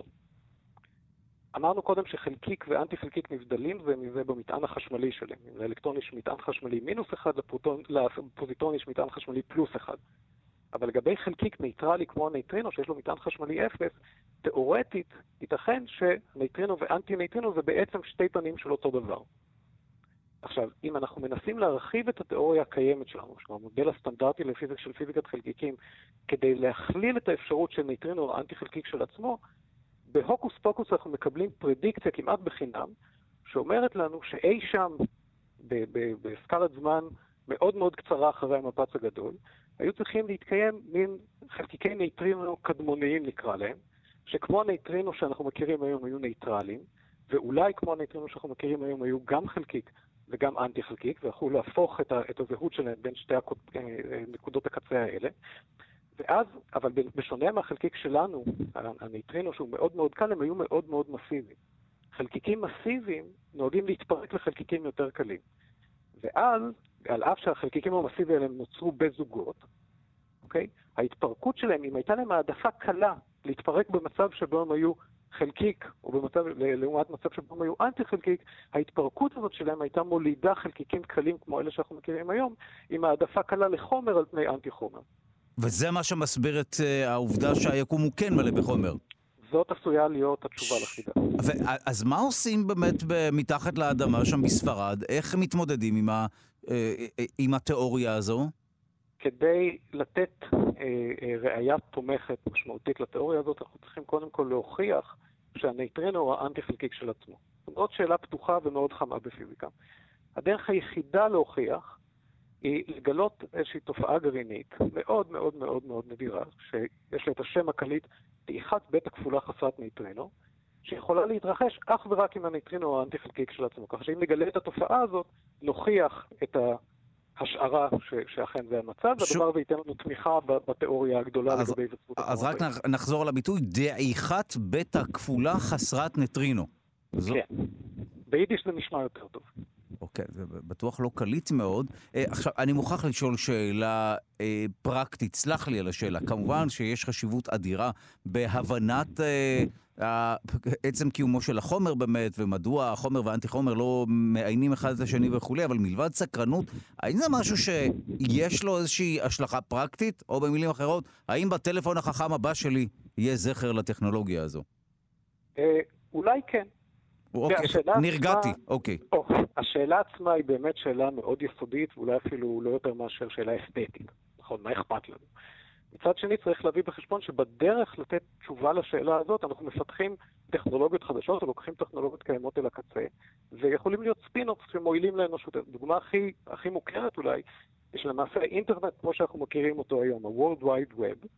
אמרנו קודם שחלקיק ואנטי חלקיק נבדלים זה מזה במטען החשמלי שלהם. לאלקטרון יש מטען חשמלי מינוס אחד, לפרוטון, לפוזיטרון יש מטען חשמלי פלוס אחד. אבל לגבי חלקיק נייטרלי כמו הנייטרינו, שיש לו מטען חשמלי אפס, תיאורטית ייתכן שנייטרינו ואנטי נייטרינו זה בעצם שתי פנים של אותו דבר. עכשיו, אם אנחנו מנסים להרחיב את התיאוריה הקיימת שלנו, של המודל הסטנדרטי לפיזיקה של פיזיקת חלקיקים, כדי להכליל את האפשרות של נייטרינו או אנטי חלקיק של עצמו, בהוקוס פוקוס אנחנו מקבלים פרדיקציה כמעט בחינם, שאומרת לנו שאי שם, בסקלת זמן מאוד מאוד קצרה אחרי המפץ הגדול, היו צריכים להתקיים מין חלקיקי נייטרינו קדמוניים נקרא להם, שכמו הנייטרינו שאנחנו מכירים היום היו נייטרליים, ואולי כמו הנייטרינו שאנחנו מכירים היום היו גם חלקיק וגם אנטי חלקיק, ויכולו להפוך את, ה, את הזהות שלהם בין שתי נקודות הקצה האלה. ואז, אבל בשונה מהחלקיק שלנו, הנייטרינו שהוא מאוד מאוד קל, הם היו מאוד מאוד מסיביים. חלקיקים מסיביים נוהגים להתפרק לחלקיקים יותר קלים. ואז, על אף שהחלקיקים המסיביים האלה נוצרו בזוגות, אוקיי? ההתפרקות שלהם, אם הייתה להם העדפה קלה להתפרק במצב שבו הם היו חלקיק, או במצב, לעומת מצב שבו הם היו אנטי חלקיק, ההתפרקות הזאת שלהם הייתה מולידה חלקיקים קלים כמו אלה שאנחנו מכירים היום, עם העדפה קלה לחומר על פני אנטי חומר. וזה מה שמסביר את uh, העובדה שהיקום הוא כן מלא בחומר. זאת עשויה להיות התשובה לחידה. אז מה עושים באמת מתחת לאדמה שם בספרד? איך מתמודדים עם, ה, עם התיאוריה הזו? כדי לתת אה, אה, ראייה תומכת משמעותית לתיאוריה הזאת, אנחנו צריכים קודם כל להוכיח שהנייטרינו הוא האנטי חלקיק של עצמו. זאת אומרת שאלה פתוחה ומאוד חמה בפיזיקה. הדרך היחידה להוכיח היא לגלות איזושהי תופעה גרעינית מאוד מאוד מאוד מאוד נדירה, שיש לה את השם הקליט דעיכת בטא כפולה חסרת נייטרינו, שיכולה להתרחש אך ורק עם הנייטרינו או האנטי חלקיק של עצמו. כך שאם נגלה את התופעה הזאת, נוכיח את ההשערה ש- שאכן זה המצב, ש... והדבר וייתן לנו תמיכה בתיאוריה הגדולה אז, לגבי היווצרות החומר. אז רק נחזור על הביטוי, דעיכת בטא כפולה חסרת נייטרינו. זו... כן. ביידיש זה נשמע יותר טוב. אוקיי, זה בטוח לא קליט מאוד. אה, עכשיו, אני מוכרח לשאול שאלה אה, פרקטית, סלח לי על השאלה. כמובן שיש חשיבות אדירה בהבנת אה, עצם קיומו של החומר באמת, ומדוע החומר והאנטי חומר לא מעיינים אחד את השני וכו', אבל מלבד סקרנות, האם זה משהו שיש לו איזושהי השלכה פרקטית, או במילים אחרות, האם בטלפון החכם הבא שלי יהיה זכר לטכנולוגיה הזו? אה, אולי כן. אוקיי, נרגעתי, אוקיי. או, השאלה עצמה היא באמת שאלה מאוד יסודית, ואולי אפילו לא יותר מאשר שאלה אסתטית. נכון, מה אכפת לנו? מצד שני צריך להביא בחשבון שבדרך לתת תשובה לשאלה הזאת, אנחנו מפתחים טכנולוגיות חדשות, ולוקחים טכנולוגיות קיימות אל הקצה, ויכולים להיות ספינופס שמועילים לאנושות. הדוגמה הכי, הכי מוכרת אולי, יש למעשה האינטרנט כמו שאנחנו מכירים אותו היום, ה-World Wide Web,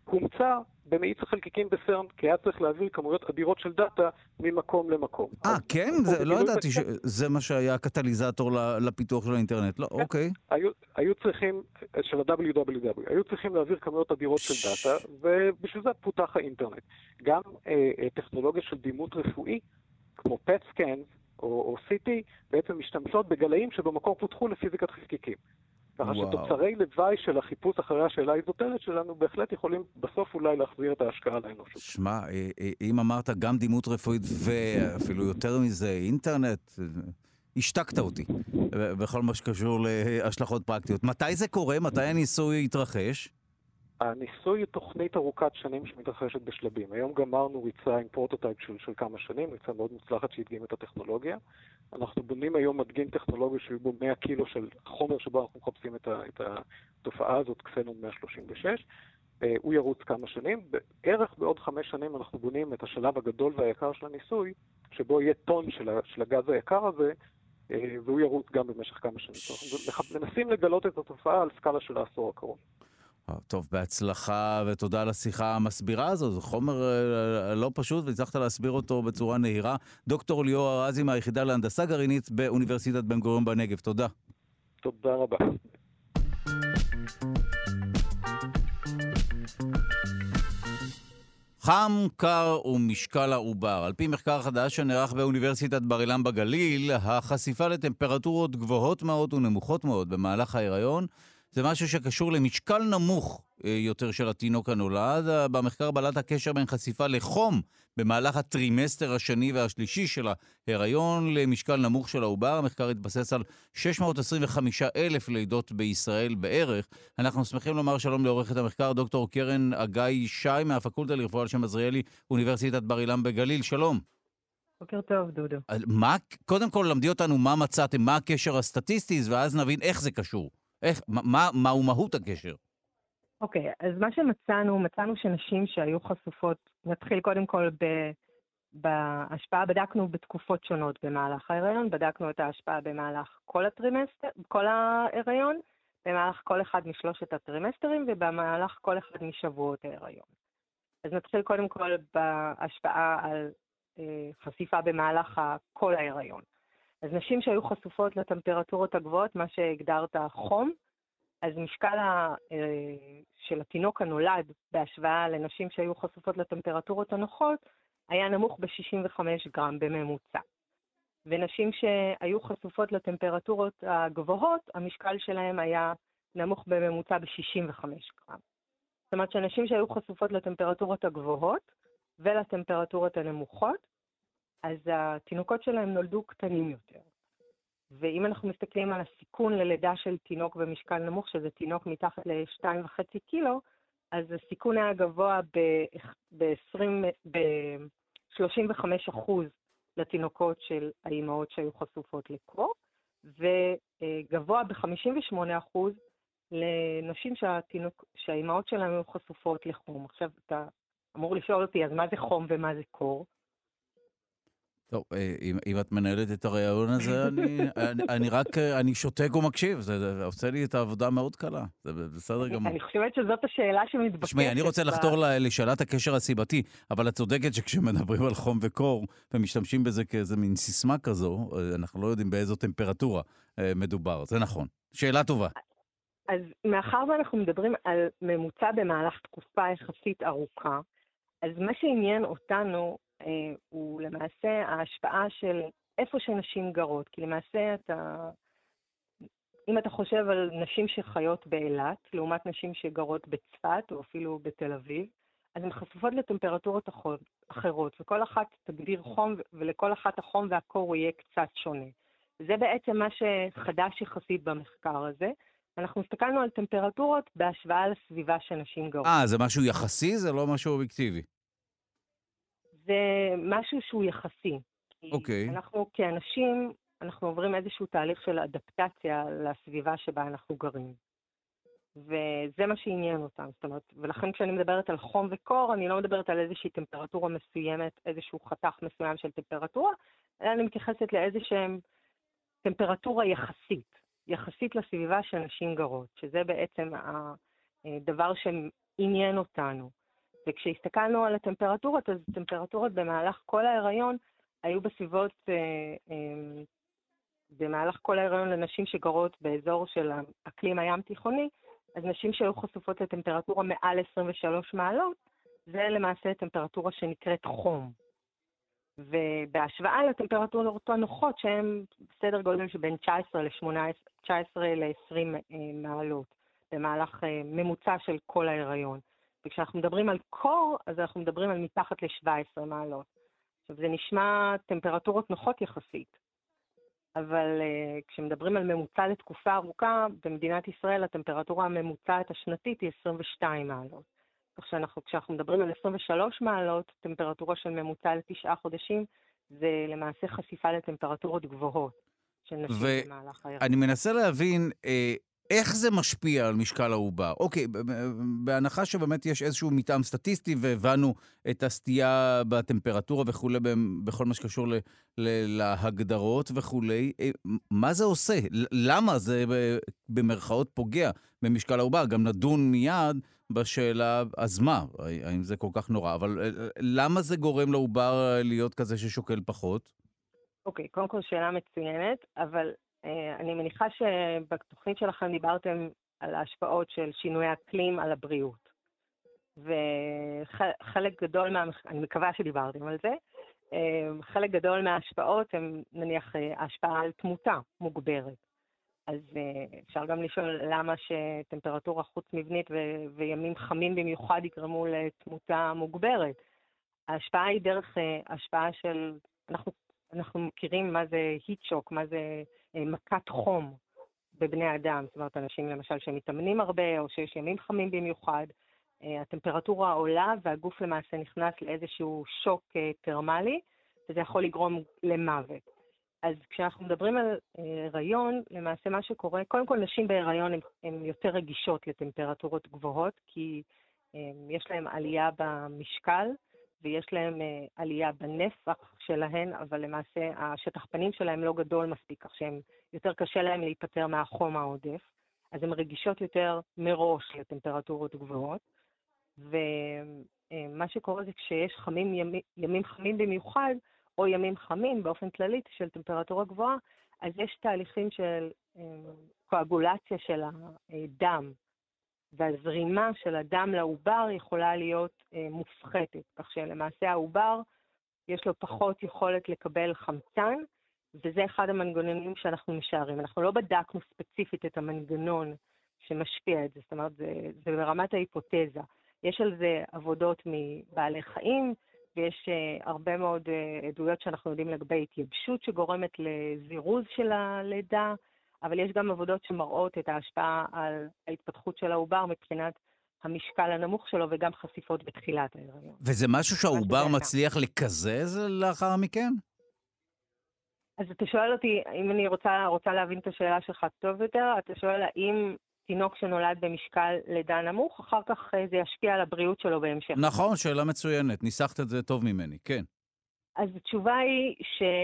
הומצא במאיץ החלקיקים בסרן, כי היה צריך להעביר כמויות אדירות של דאטה ממקום למקום. אה, כן? זה, לא ידעתי שזה מה שהיה הקטליזטור לפיתוח של האינטרנט. לא, אוקיי. היו, היו צריכים, של ה-דאבליו דאבליו דאבליו, היו צריכים להעביר כמויות אדירות של דאטה, ובשביל זה פותח האינטרנט. גם אה, טכנולוגיה של דימות רפואי, כמו פט סקן או, או סי טי, בעצם משתמשות בגלאים שבמקור פותחו לפיזיקת חלקיקים. ככה שתוצרי לוואי של החיפוש אחרי השאלה האיזוטרית שלנו בהחלט יכולים בסוף אולי להחזיר את ההשקעה לאנושות. שמע, אם אמרת גם דימות רפואית ואפילו יותר מזה אינטרנט, השתקת אותי בכל מה שקשור להשלכות פרקטיות. מתי זה קורה? מתי הניסוי יתרחש? הניסוי היא תוכנית ארוכת שנים שמתרחשת בשלבים. היום גמרנו ריצה עם פרוטוטייפ של, של כמה שנים, ריצה מאוד מוצלחת שהדגים את הטכנולוגיה. אנחנו בונים היום מדגין טכנולוגי שיהיו בו מאה קילו של חומר שבו אנחנו מחפשים את, ה, את התופעה הזאת, קסנון מאה שלושים ושש. אה, הוא ירוץ כמה שנים. בערך בעוד חמש שנים אנחנו בונים את השלב הגדול והיקר של הניסוי, שבו יהיה טון של, ה, של הגז היקר הזה, אה, והוא ירוץ גם במשך כמה שנים. אנחנו מנסים לגלות את התופעה על סקאלה של העשור הקרוב. טוב, בהצלחה ותודה על השיחה המסבירה הזו. זה חומר לא פשוט והצלחת להסביר אותו בצורה נהירה. דוקטור ליאור ארזי מהיחידה להנדסה גרעינית באוניברסיטת בן גוריון בנגב. תודה. תודה רבה. חם, קר ומשקל העובר. על פי מחקר חדש שנערך באוניברסיטת בר אילן בגליל, החשיפה לטמפרטורות גבוהות מאוד ונמוכות מאוד במהלך ההיריון זה משהו שקשור למשקל נמוך יותר של התינוק הנולד. במחקר בלט הקשר בין חשיפה לחום במהלך הטרימסטר השני והשלישי של ההיריון למשקל נמוך של העובר. המחקר התבסס על שש מאות עשרים וחמישה אלף לידות בישראל בערך. אנחנו שמחים לומר שלום לעורכת המחקר דוקטור קרן אגאי שי מהפקולטה לרפואה על שם עזריאלי, אוניברסיטת בר אילן בגליל. שלום. בוקר טוב, דודו. מה, קודם כל למדי אותנו מה מצאתם, מה הקשר הסטטיסטי, ואז נבין איך זה קשור. איך, מה, מה הוא מהות הקשר? אוקיי, okay, אז מה שמצאנו, מצאנו שנשים שהיו חשופות, נתחיל קודם כל ב, בהשפעה, בדקנו בתקופות שונות במהלך ההיריון, בדקנו את ההשפעה במהלך כל הטרימסטר, כל ההיריון, במהלך כל אחד משלושת הטרימסטרים, ובמהלך כל אחד משבועות ההיריון. אז נתחיל קודם כל בהשפעה על אה, חשיפה במהלך כל ההיריון. אז נשים שהיו חשופות לטמפרטורות הגבוהות, מה שהגדרת חום, אז משקל ה, של התינוק הנולד בהשוואה לנשים שהיו חשופות לטמפרטורות הנוחות, היה נמוך ב-שישים וחמישה גרם בממוצע. ונשים שהיו חשופות לטמפרטורות הגבוהות, המשקל שלהם היה נמוך בממוצע ב-שישים וחמישה גרם. זאת אומרת שנשים שהיו חשופות לטמפרטורות הגבוהות ולטמפרטורות הנמוכות, אז התינוקות שלהם נולדו קטנים יותר. ואם אנחנו מסתכלים על הסיכון ללידה של תינוק במשקל נמוך, שזה תינוק מתחת ל-שתיים וחצי קילו, אז הסיכון היה גבוה ב-שלושים וחמישה אחוז לתינוקות של האימהות שהיו חשופות לקור, וגבוה ב-חמישים ושמונה אחוז לנשים שהתינוק, שהאימהות שלהם היו חשופות לחום. עכשיו אתה אמור לשאול אותי, אז מה זה חום ומה זה קור? טוב, אם, אם את מנהלת את הרעיון הזה, אני, אני, אני רק, אני שותק ומקשיב. זה, זה עושה לי את העבודה מאוד קלה. זה בסדר גמור. אני חושבת שזאת השאלה שמתבקשת. שמי, אני רוצה לחתור לשאלת הקשר הסיבתי, אבל את צודקת שכשמדברים על חום וקור, ומשתמשים בזה כאיזה מין סיסמה כזו, אנחנו לא יודעים באיזו טמפרטורה מדובר. זה נכון. שאלה טובה. אז מאחר ואנחנו מדברים על ממוצע במהלך תקופה יחסית ארוכה, אז מה שעניין אותנו, הוא למעשה ההשפעה של איפה שנשים גרות, כי למעשה אתה, אם אתה חושב על נשים שחיות באילת, לעומת נשים שגרות בצפת או אפילו בתל אביב, אז הן חשופות לטמפרטורות אחרות, וכל אחת תגדיר חום, ולכל אחת החום והקור יהיה קצת שונה. זה בעצם מה שחדש יחסית במחקר הזה. אנחנו הסתכלנו על טמפרטורות בהשוואה לסביבה שנשים גרות. אה, זה משהו יחסי? זה לא משהו אובייקטיבי? זה משהו שהוא יחסי. אוקיי. אנחנו כאנשים, אנחנו עוברים איזשהו תהליך של אדפטציה לסביבה שבה אנחנו גרים. וזה מה שעניין אותם. זאת אומרת, ולכן כשאני מדברת על חום וקור, אני לא מדברת על איזושהי טמפרטורה מסוימת, איזשהו חתך מסוים של טמפרטורה, אלא אני מתייחסת לאיזושהי טמפרטורה יחסית, יחסית לסביבה שאנשים גרות, שזה בעצם הדבר עניין אותנו. וכשהסתכלנו על הטמפרטורות, אז הטמפרטורות במהלך כל ההיריון היו בסביבות, אה, אה, במהלך כל ההיריון לנשים שגרות באזור של האקלים הים תיכוני, אז נשים שהיו חשופות לטמפרטורה מעל עשרים ושלוש מעלות, זה למעשה טמפרטורה שנקראת חום. ובהשוואה לטמפרטורות הנוחות, שהן בסדר גודל שבין תשע עשרה ל-עשרים מעלות, במהלך ממוצע של כל ההיריון. וכשאנחנו מדברים על קור, אז אנחנו מדברים על מתחת ל-שבע עשרה מעלות. עכשיו, זה נשמע טמפרטורות נוחות יחסית. אבל uh, כשמדברים על ממוצע לתקופה ארוכה, במדינת ישראל הטמפרטורה הממוצעת השנתית היא עשרים ושתיים מעלות. כך שאנחנו, כשאנחנו מדברים על עשרים ושלוש מעלות, טמפרטורה של ממוצע לתשעה חודשים, זה למעשה חשיפה לטמפרטורות גבוהות של נשים ו- במהלך ההיריון. אני מנסה להבין אה, איך זה משפיע על משקל העובר. אוקיי, בהנחה שבאמת יש איזשהו מתאם סטטיסטי, והבנו את הסטייה בטמפרטורה וכו', בכל מה שקשור ל- ל- להגדרות וכו', אה, מה זה עושה? למה זה במרכאות פוגע במשקל העובר? גם נדון מיד בשאלה, אז מה? האם זה כל כך נורא? אבל למה זה גורם לעובר להיות כזה ששוקל פחות? אוקיי, קודם כל שאלה מצוינת, אבל אה, אני מניחה שבתוכנית שלכם דיברתם על ההשפעות של שינוי האקלים על הבריאות. וחלק גדול מה... אני מקווה שדיברתם על זה. אה, חלק גדול מההשפעות הם נניח ההשפעה על תמותה מוגברת. אז אפשר גם לשאול למה שטמפרטורה חוץ מבנית ו- וימים חמים במיוחד יגרמו לתמותה מוגברת. ההשפעה היא דרך השפעה של, אנחנו, אנחנו מכירים מה זה heat shock, מה זה מכת חום בבני אדם. זאת אומרת, אנשים למשל שמתאמנים הרבה או שיש ימים חמים במיוחד, הטמפרטורה עולה והגוף למעשה נכנס לאיזשהו שוק טרמלי, וזה יכול לגרום למוות. אז כשאנחנו מדברים על הריון, למעשה מה שקורה, קודם כל נשים בהיריון הן יותר רגישות לטמפרטורות גבוהות, כי יש להן עלייה במשקל, ויש להן עלייה בנפח שלהן, אבל למעשה השטח פנים שלהן לא גדול מספיק, כך שהן יותר קשה להן להיפטר מהחום העודף, אז הן רגישות יותר מראש לטמפרטורות גבוהות, ומה שקורה זה כשיש חמים, ימים, ימים חמים במיוחד, או ימים חמים באופן כללי של טמפרטורה גבוהה, אז יש תהליכים של קואגולציה של הדם, והזרימה של הדם לעובר יכולה להיות מופחתת, כך שלמעשה העובר יש לו פחות יכולת לקבל חמצן, וזה אחד המנגנונים שאנחנו משערים. אנחנו לא בדקנו ספציפית את המנגנון שמשפיע את זה, זאת אומרת, זה, זה ברמת ההיפותזה. יש על זה עבודות מבעלי חיים, ויש uh, הרבה מאוד uh, עדויות שאנחנו יודעים לגבי התייבשות שגורמת לזירוז של הלידה, אבל יש גם עבודות שמראות את ההשפעה על ההתפתחות של העובר מבחינת המשקל הנמוך שלו וגם חשיפות בתחילת ההיריון. וזה משהו שהעובר מצליח לקזז לאחר מכן? אז אתה שואל אותי, אם אני רוצה, רוצה להבין את השאלה שלך טוב יותר, אתה שואל האם תינוק שנולד במשקל לידה נמוך, אחר כך זה ישפיע על הבריאות שלו בהמשך. נכון, שאלה מצוינת. ניסחת את זה טוב ממני, כן. אז התשובה היא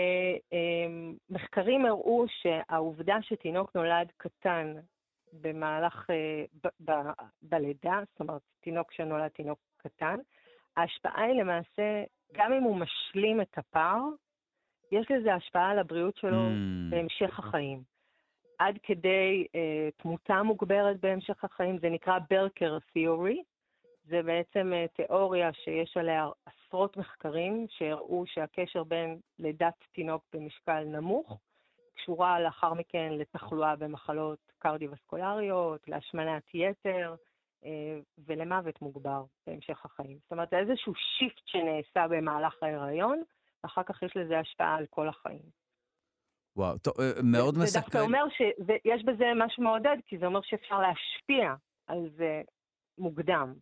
שמחקרים הראו שהעובדה שתינוק נולד קטן במהלך, ב- ב- בלידה, זאת אומרת, תינוק שנולד תינוק קטן, ההשפעה היא למעשה, גם אם הוא משלים את הפער, יש לזה השפעה על הבריאות שלו mm. בהמשך החיים. עד כדי אה, תמותה מוגברת בהמשך החיים, זה נקרא ברקר תיאורי, זה בעצם אה, תיאוריה שיש עליה עשרות מחקרים שהראו שהקשר בין לידת תינוק במשקל נמוך, קשורה לאחר מכן לתחלואה במחלות קרדיו-וסקולריות, להשמנת יתר אה, ולמוות מוגבר בהמשך החיים. זאת אומרת, זה איזשהו שיפט שנעשה במהלך ההיריון, ואחר כך יש לזה השפעה על כל החיים. וואו, טוב, מאוד מסקרן. זה דווקא אומר שיש בזה משהו מעודד, כי זה אומר שאפשר להשפיע על זה מוקדם.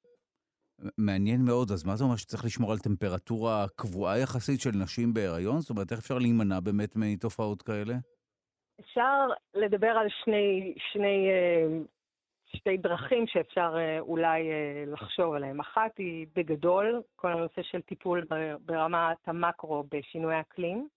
מעניין מאוד, אז מה זה אומר שצריך לשמור על טמפרטורה קבועה יחסית של נשים בהיריון? זאת אומרת, איך אפשר להימנע באמת מתופעות כאלה? אפשר לדבר על שני, שני, שתי דרכים שאפשר אולי לחשוב עליהם. אחת היא בגדול, כל הנושא של טיפול ברמת המקרו בשינוי אקלים,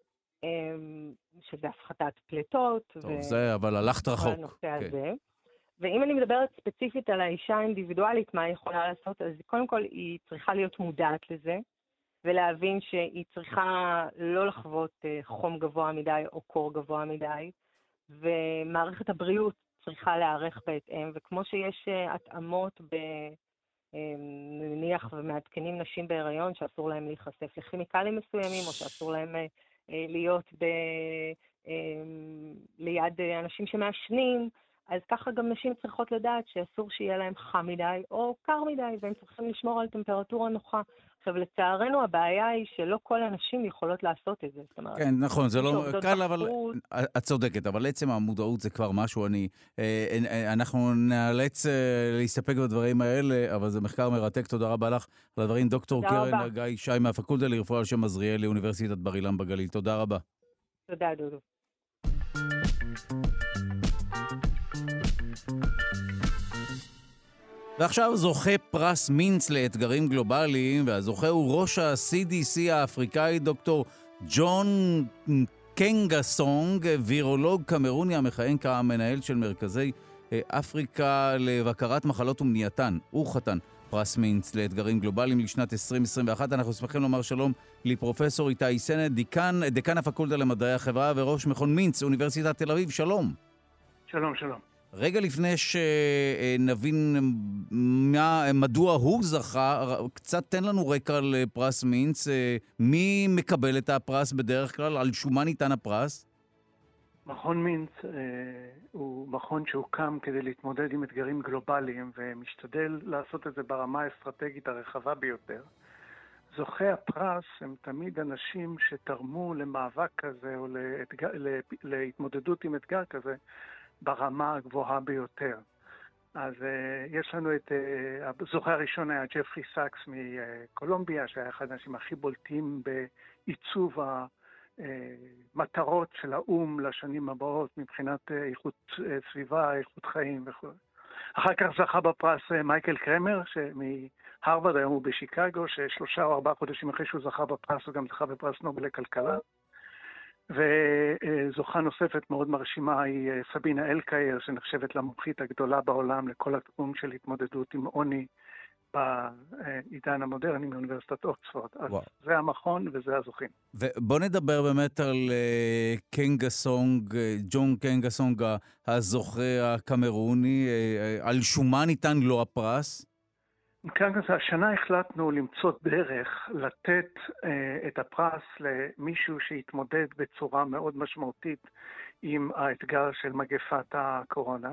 שזה הפחתת פליטות. טוב, ו... זה, אבל הלכת רחוק. הנושא הזה. ואם אני מדברת ספציפית על האישה האינדיבידואלית, מה היא יכולה לעשות, אז קודם כל היא צריכה להיות מודעת לזה, ולהבין שהיא צריכה לא לחוות חום גבוה מדי או קור גבוה מדי, ומערכת הבריאות צריכה להיערך בהתאם, וכמו שיש התאמות ב... נניח ומעדכנים נשים בהיריון שאסור להם להיחשף לכימיקלים מסוימים, או שאסור להם להיות ב... ליד אנשים שמעשנים, אז ככה גם נשים צריכות לדעת שאסור שיהיה להם חם מדי או קר מדי, והם צריכים לשמור על טמפרטורה נוחה. עכשיו, לצערנו, הבעיה היא שלא כל הנשים יכולות לעשות את זה. זאת אומרת, כן, נכון, זה לא קל, אבל בחוץ. את צודקת, אבל עצם המודעות זה כבר משהו. אני, אנחנו נאלץ להסתפק בדברים האלה, אבל זה מחקר מרתק. תודה רבה לך על הדברים. דוקטור קרן גיא שי מהפקולטה לרפואה על שם עזריאל לאוניברסיטת בר אילן בגליל. תודה רבה. תודה, דודו. ועכשיו זוכה פרס מינץ לאתגרים גלובליים, והזוכה הוא ראש ה-סי די סי האפריקאי, דוקטור ג'ון קנגסונג, וירולוג קמרוני המכהן כמנהל של מרכזי אפריקה לבקרת מחלות ומניעתן. הוא חתן פרס מינץ לאתגרים גלובליים לשנת עשרים עשרים ואחת. אנחנו שמחים לומר שלום לפרופסור איתי סנט, דיקן, דיקן הפקולטה למדעי החברה וראש מכון מינץ, אוניברסיטת תל אביב. שלום. שלום, שלום. רגע לפני שנבין מה, מדוע הוא זכה, קצת תן לנו רקע על פרס מינץ. מי מקבל את הפרס בדרך כלל? על שום מה ניתן הפרס? מכון מינץ אה, הוא מכון שהוקם כדי להתמודד עם אתגרים גלובליים, ומשתדל לעשות את זה ברמה האסטרטגית הרחבה ביותר. זוכי הפרס הם תמיד אנשים שתרמו למאבק כזה או לאתגר, להתמודדות עם אתגר כזה ברמה הגבוהה ביותר. אז uh, יש לנו את, uh, הזוכה הראשון היה ג'פרי סאקס מקולומביה, שהיה אחד האנשים הכי בולטים בעיצוב המטרות של האום לשנים הבאות, מבחינת uh, איכות uh, סביבה, איכות חיים וכו'. אחר כך זכה בפרס uh, מייקל קרמר, מהרווארד, היום הוא בשיקגו, ששלושה או ארבעה חודשים אחרי שהוא זכה בפרס, הוא גם זכה בפרס נובל לכלכלה. וזוכה נוספת מאוד מרשימה היא סבינה אלקייר, שנחשבת למומחית הגדולה בעולם לכל התחום של התמודדות עם עוני בעידן המודרני מאוניברסיטת אוקספורד. אז זה המכון וזה הזוכים. ובוא נדבר באמת על קנגסונג, ג'ון קנגסונג, הזוכה הקמרוני. על שום מה ניתן לו הפרס? השנה החלטנו למצוא דרך לתת אה, את הפרס למישהו שהתמודד בצורה מאוד משמעותית עם האתגר של מגפת הקורונה,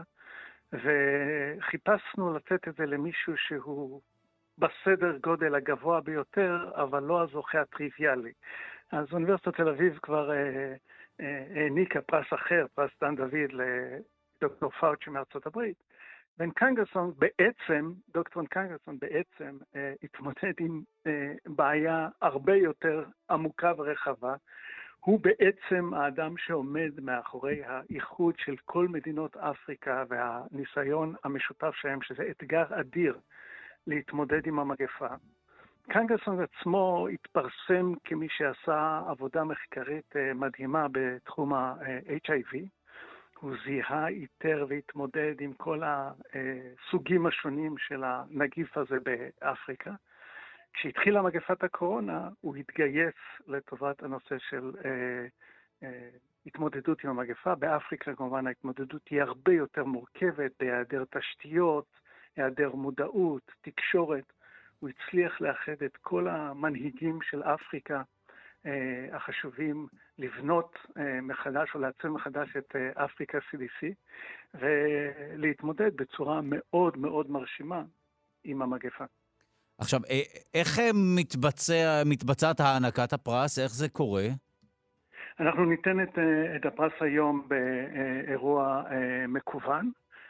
וחיפשנו לתת את זה למישהו שהוא בסדר גודל הגבוה ביותר, אבל לא הזוכה הטריוויאלי. אז אוניברסיטת תל אביב כבר אה, אה, העניקה פרס אחר, פרס דן דוד לדוקטור פאוצ'י מארצות הברית. וקנגסונג בעצם, דוקטור קנגסונג בעצם אה, התמודד עם אה, בעיה הרבה יותר עמוקה ורחבה. הוא בעצם האדם שעומד מאחורי האיחוד של כל מדינות אפריקה והניסיון המשותף שלהם, שזה אתגר אדיר להתמודד עם המגפה. קנגסונג עצמו התפרסם כמי שעשה עבודה מחקרית אה, מדהימה בתחום ה-אייץ' איי וי. הוא זיהה, איתר והתמודד עם כל הסוגים השונים של הנגיף הזה באפריקה. כשהתחילה מגפת הקורונה, הוא התגייס לטובת הנושא של אה, אה, התמודדות עם המגפה. באפריקה כמובן ההתמודדות היא הרבה יותר מורכבת, בהיעדר תשתיות, היעדר מודעות, תקשורת. הוא הצליח לאחד את כל המנהיגים של אפריקה, החשובים לבנות מחדש או לעצב מחדש את אפריקה סי די סי ולהתמודד בצורה מאוד מאוד מרשימה עם המגפה. עכשיו, איך מתבצע, מתבצעת הענקת הפרס? איך זה קורה? אנחנו ניתן את, את הפרס היום באירוע מקוון.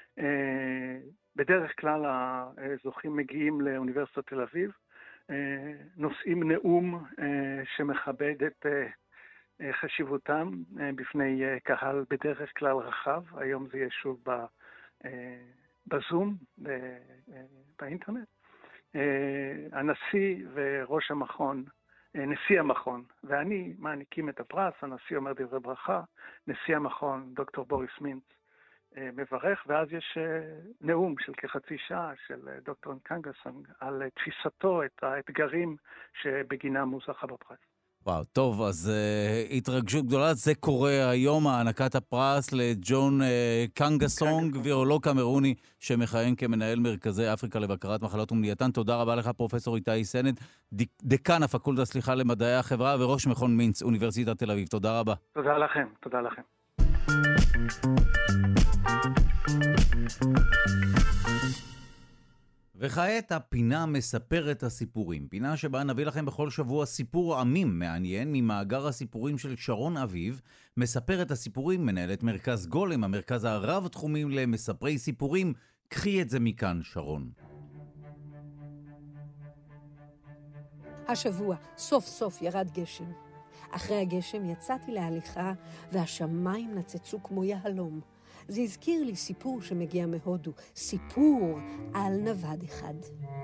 בדרך כלל הזוכים מגיעים לאוניברסיטת תל אביב, נושאים נאום שמכבד את חשיבותם בפני קהל בדרך כלל רחב. היום זה יהיה שוב בזום, באינטרנט. הנשיא וראש המכון, נשיא המכון, ואני מעניקים את הפרס. הנשיא אומר דברי ברכה, נשיא המכון, דוקטור בוריס מינץ, מברך, ואז יש נאום של כחצי שעה של דוקטור קנגסונג על תפיסתו את האתגרים שבגינם הוא זכה בפרס. וואו, טוב, אז uh, התרגשות גדולה. זה קורה היום, הענקת הפרס לג'ון uh, קנגסונג, וירולוג קמרוני, שמכהן כמנהל מרכזי אפריקה לבקרת מחלות ומניעתן. תודה רבה לך, פרופסור איתי סנד, דקן הפקולטה, סליחה, למדעי החברה, וראש מכון מינץ, אוניברסיטת תל אביב. תודה רבה. תודה לכם, תודה לכם. וכעת הפינה מספרת הסיפורים, פינה שבה נביא לכם בכל שבוע סיפור עמים מעניין ממאגר הסיפורים של שרון אביב. מספרת הסיפורים, מנהלת מרכז גולם, המרכז הרב תחומים למספרי סיפורים. קחי את זה מכאן, שרון. השבוע סוף סוף ירד גשם. אחרי הגשם יצאתי להליכה והשמיים נצצו כמו יהלום. זה הזכיר לי סיפור שמגיע מהודו, סיפור על נווד אחד.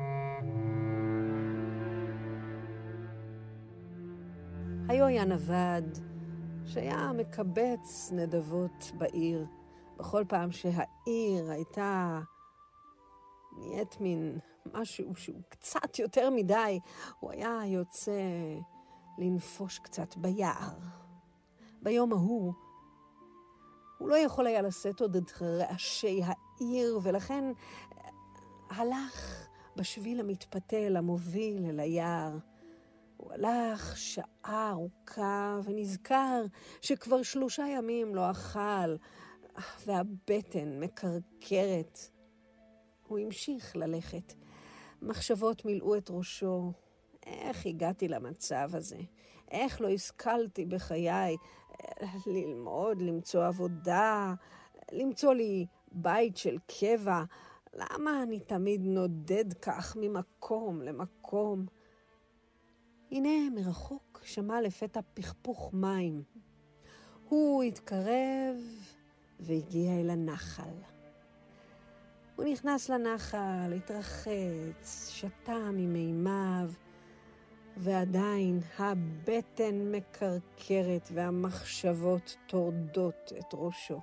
היו היה נווד שהיה מקבץ נדבות בעיר. בכל פעם שהעיר הייתה נהיית מין משהו שהוא קצת יותר מדי, הוא היה יוצא לנפוש קצת ביער. ביום ההוא הוא לא יכול היה לשאת עוד את רעשי העיר, ולכן הלך בשביל המתפתל המוביל אל היער. הוא הלך שעה ארוכה ונזכר שכבר שלושה ימים לא אכל, והבטן מקרקרת. הוא המשיך ללכת. מחשבות מילאו את ראשו. איך הגעתי למצב הזה? איך לא השכלתי בחיי ללמוד, למצוא עבודה, למצוא לי בית של קבע? למה אני תמיד נודד כך ממקום למקום? הנה מרחוק שמע לפתע פכפוך מים. הוא התקרב והגיע אל הנחל. הוא נכנס לנחל, התרחץ, שתה ממימיו, ועדיין הבטן מקרקרת והמחשבות טורדות את ראשו.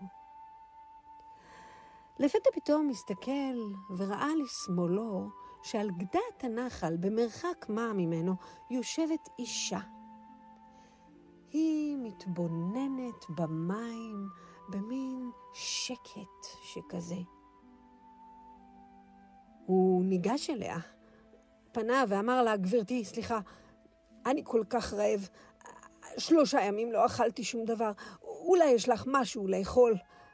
לפתע פתאום מסתכל וראה לשמאלו שעל גדת הנחל במרחק מה ממנו יושבת אישה. היא מתבוננת במים במין שקט שכזה. הוא ניגש אליה, פנה ואמר לה, גברתי, סליחה, אני כל כך רעב, שלושה ימים לא אכלתי שום דבר, אולי יש לך משהו לאכול?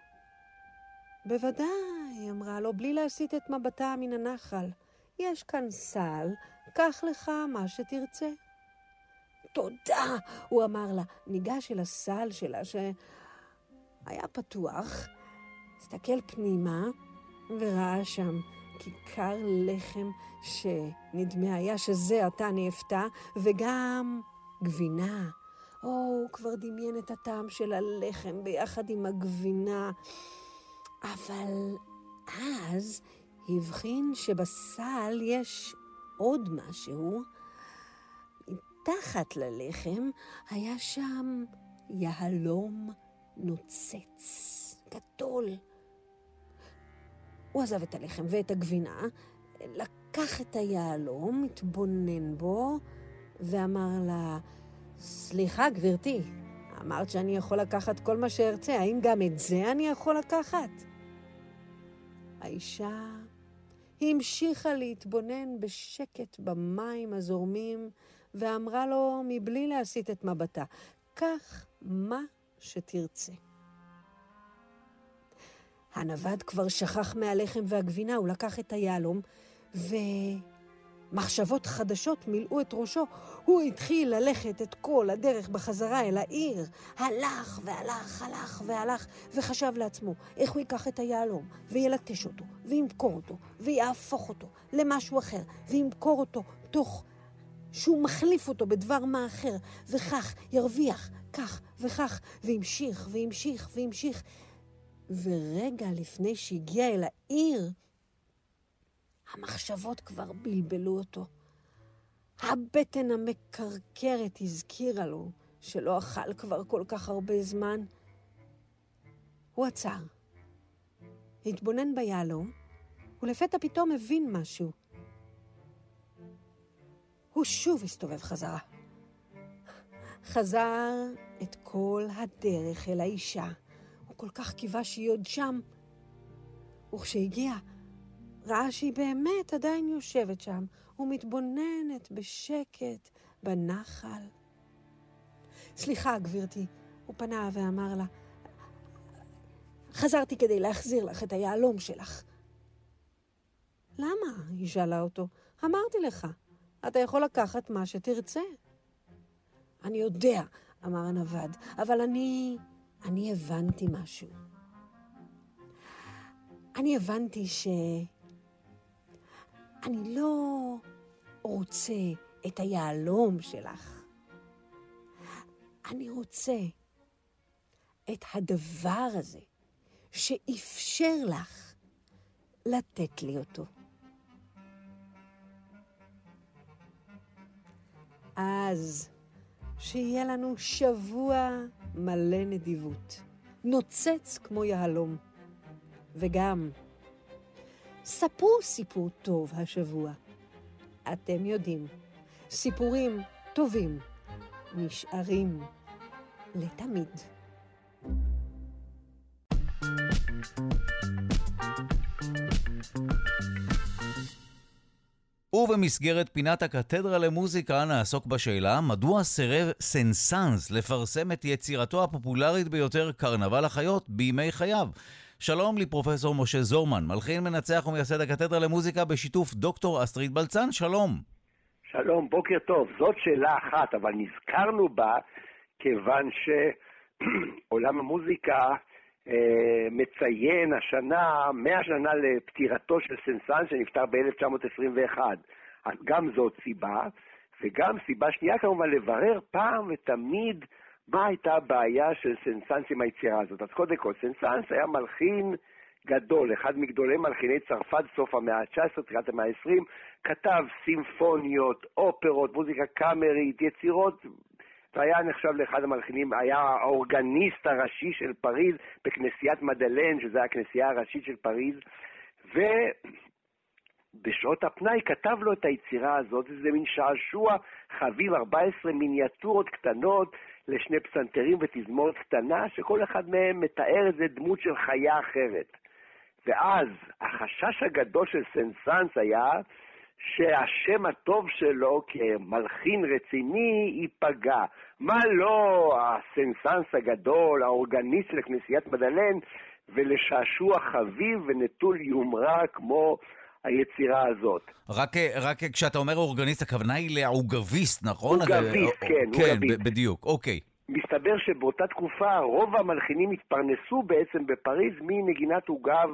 בוודאי, אמרה לו, בלי להסיט את מבטה מן הנחל. יש כאן סל, קח לך מה שתרצה. תודה, הוא אמר לה. ניגש אל הסל שלה שהיה פתוח, הסתכל פנימה וראה שם כיכר לחם שנדמה היה שזה עתה נאפתה, וגם גבינה. או, הוא כבר דמיין את הטעם של הלחם ביחד עם הגבינה. אבל אז הבחין שבסל יש עוד משהו. מתחת ללחם היה שם יהלום נוצץ, גדול. הוא עזב את הלחם ואת הגבינה, לקח את היהלום, התבונן בו, ואמר לה, סליחה גברתי, אמרת שאני יכול לקחת כל מה שארצה, האם גם את זה אני יכול לקחת? האישה המשיכה להתבונן בשקט במים הזורמים, ואמרה לו מבלי להסיט את מבטה, קח מה שתרצה. הנווד כבר שכח מהלחם והגבינה, הוא לקח את היהלום, ומחשבות חדשות מילאו את ראשו. הוא התחיל ללכת את כל הדרך בחזרה אל העיר. הלך והלך, הלך והלך, וחשב לעצמו איך הוא ייקח את היהלום, וילטש אותו, וימכור אותו, ויהפוך אותו למשהו אחר, וימכור אותו תוך שהוא מחליף אותו בדבר מה אחר, וכך ירוויח, כך וכך, והמשיך והמשיך והמשיך. ורגע לפני שהגיע אל העיר, המחשבות כבר בלבלו אותו. הבטן המקרקרת הזכירה לו שלא אכל כבר כל כך הרבה זמן. הוא עצר, התבונן ביהלום, ולפתע פתאום הבין משהו. הוא שוב הסתובב חזרה. חזר את כל הדרך אל האישה. הוא כל כך קיווה שהיא עוד שם. וכשהגיע, ראה שהיא באמת עדיין יושבת שם, ומתבוננת בשקט בנחל. סליחה, גברתי, הוא פנה ואמר לה, חזרתי כדי להחזיר לך את היהלום שלך. למה? היא שאלה אותו. אמרתי לך, אתה יכול לקחת מה שתרצה. אני יודע, אמר הנווד, אבל אני, אני הבנתי משהו. אני הבנתי ש... אני לא רוצה את היהלום שלך. אני רוצה את הדבר הזה שאפשר לך לתת לי אותו. אז שיהיה לנו שבוע מלא נדיבות, נוצץ כמו יהלום. וגם, ספרו סיפור טוב השבוע. אתם יודעים, סיפורים טובים נשארים לתמיד. ובמסגרת פינת הקתדרה למוזיקה נעסוק בשאלה מדוע סירב סנסנס לפרסם את יצירתו הפופולרית ביותר קרנבל החיות בימי חייו. שלום לי פרופסור משה זורמן, מלחין מנצח ומייסד הקתדרה למוזיקה בשיתוף דוקטור אסטרית בלצן, שלום. שלום, בוקר טוב. זאת שאלה אחת, אבל נזכרנו בה כיוון שעולם המוזיקה אה, מציין השנה, מאה שנה לפטירתו של סנסנס שנפטר ב-אלף תשע מאות עשרים ואחת. גם זאת סיבה, וגם סיבה שנייה כמובן לברר פעם ותמיד מה הייתה הבעיה של סנסנס עם היצירה הזאת. אז קודם כל, סנסנס היה מלחין גדול, אחד מגדולי מלחיני צרפת סוף המאה ה-תשע עשרה, תחילת המאה ה-עשרים, כתב סימפוניות, אופרות, מוזיקה קאמרית, יצירות, והיה נחשב לאחד המלחינים, היה האורגניסט הראשי של פריז בכנסיית מדלן, שזה הכנסייה הראשית של פריז, ובשעות הפנאי כתב לו את היצירה הזאת, זה מין שעשוע חביב, ארבע עשרה מיניאטורות קטנות, לשני פסנתרים ותזמורת קטנה, שכל אחד מהם מתאר איזה דמות של חיה אחרת. ואז החשש הגדול של סנסנס היה שהשם הטוב שלו כמלחין רציני ייפגע. מה לא הסנסנס הגדול, האורגניסט של כנסיית מדלן, ולשעשוע חביב ונטול יומרה כמו היצירה הזאת. רק, רק כשאתה אומר אורגניסט, הכוונה היא לעוגביסט, נכון? עוגביסט, כן, כן, בדיוק, אוקיי. מסתבר שבאותה תקופה רוב המלחינים התפרנסו בעצם בפריז מנגינת עוגב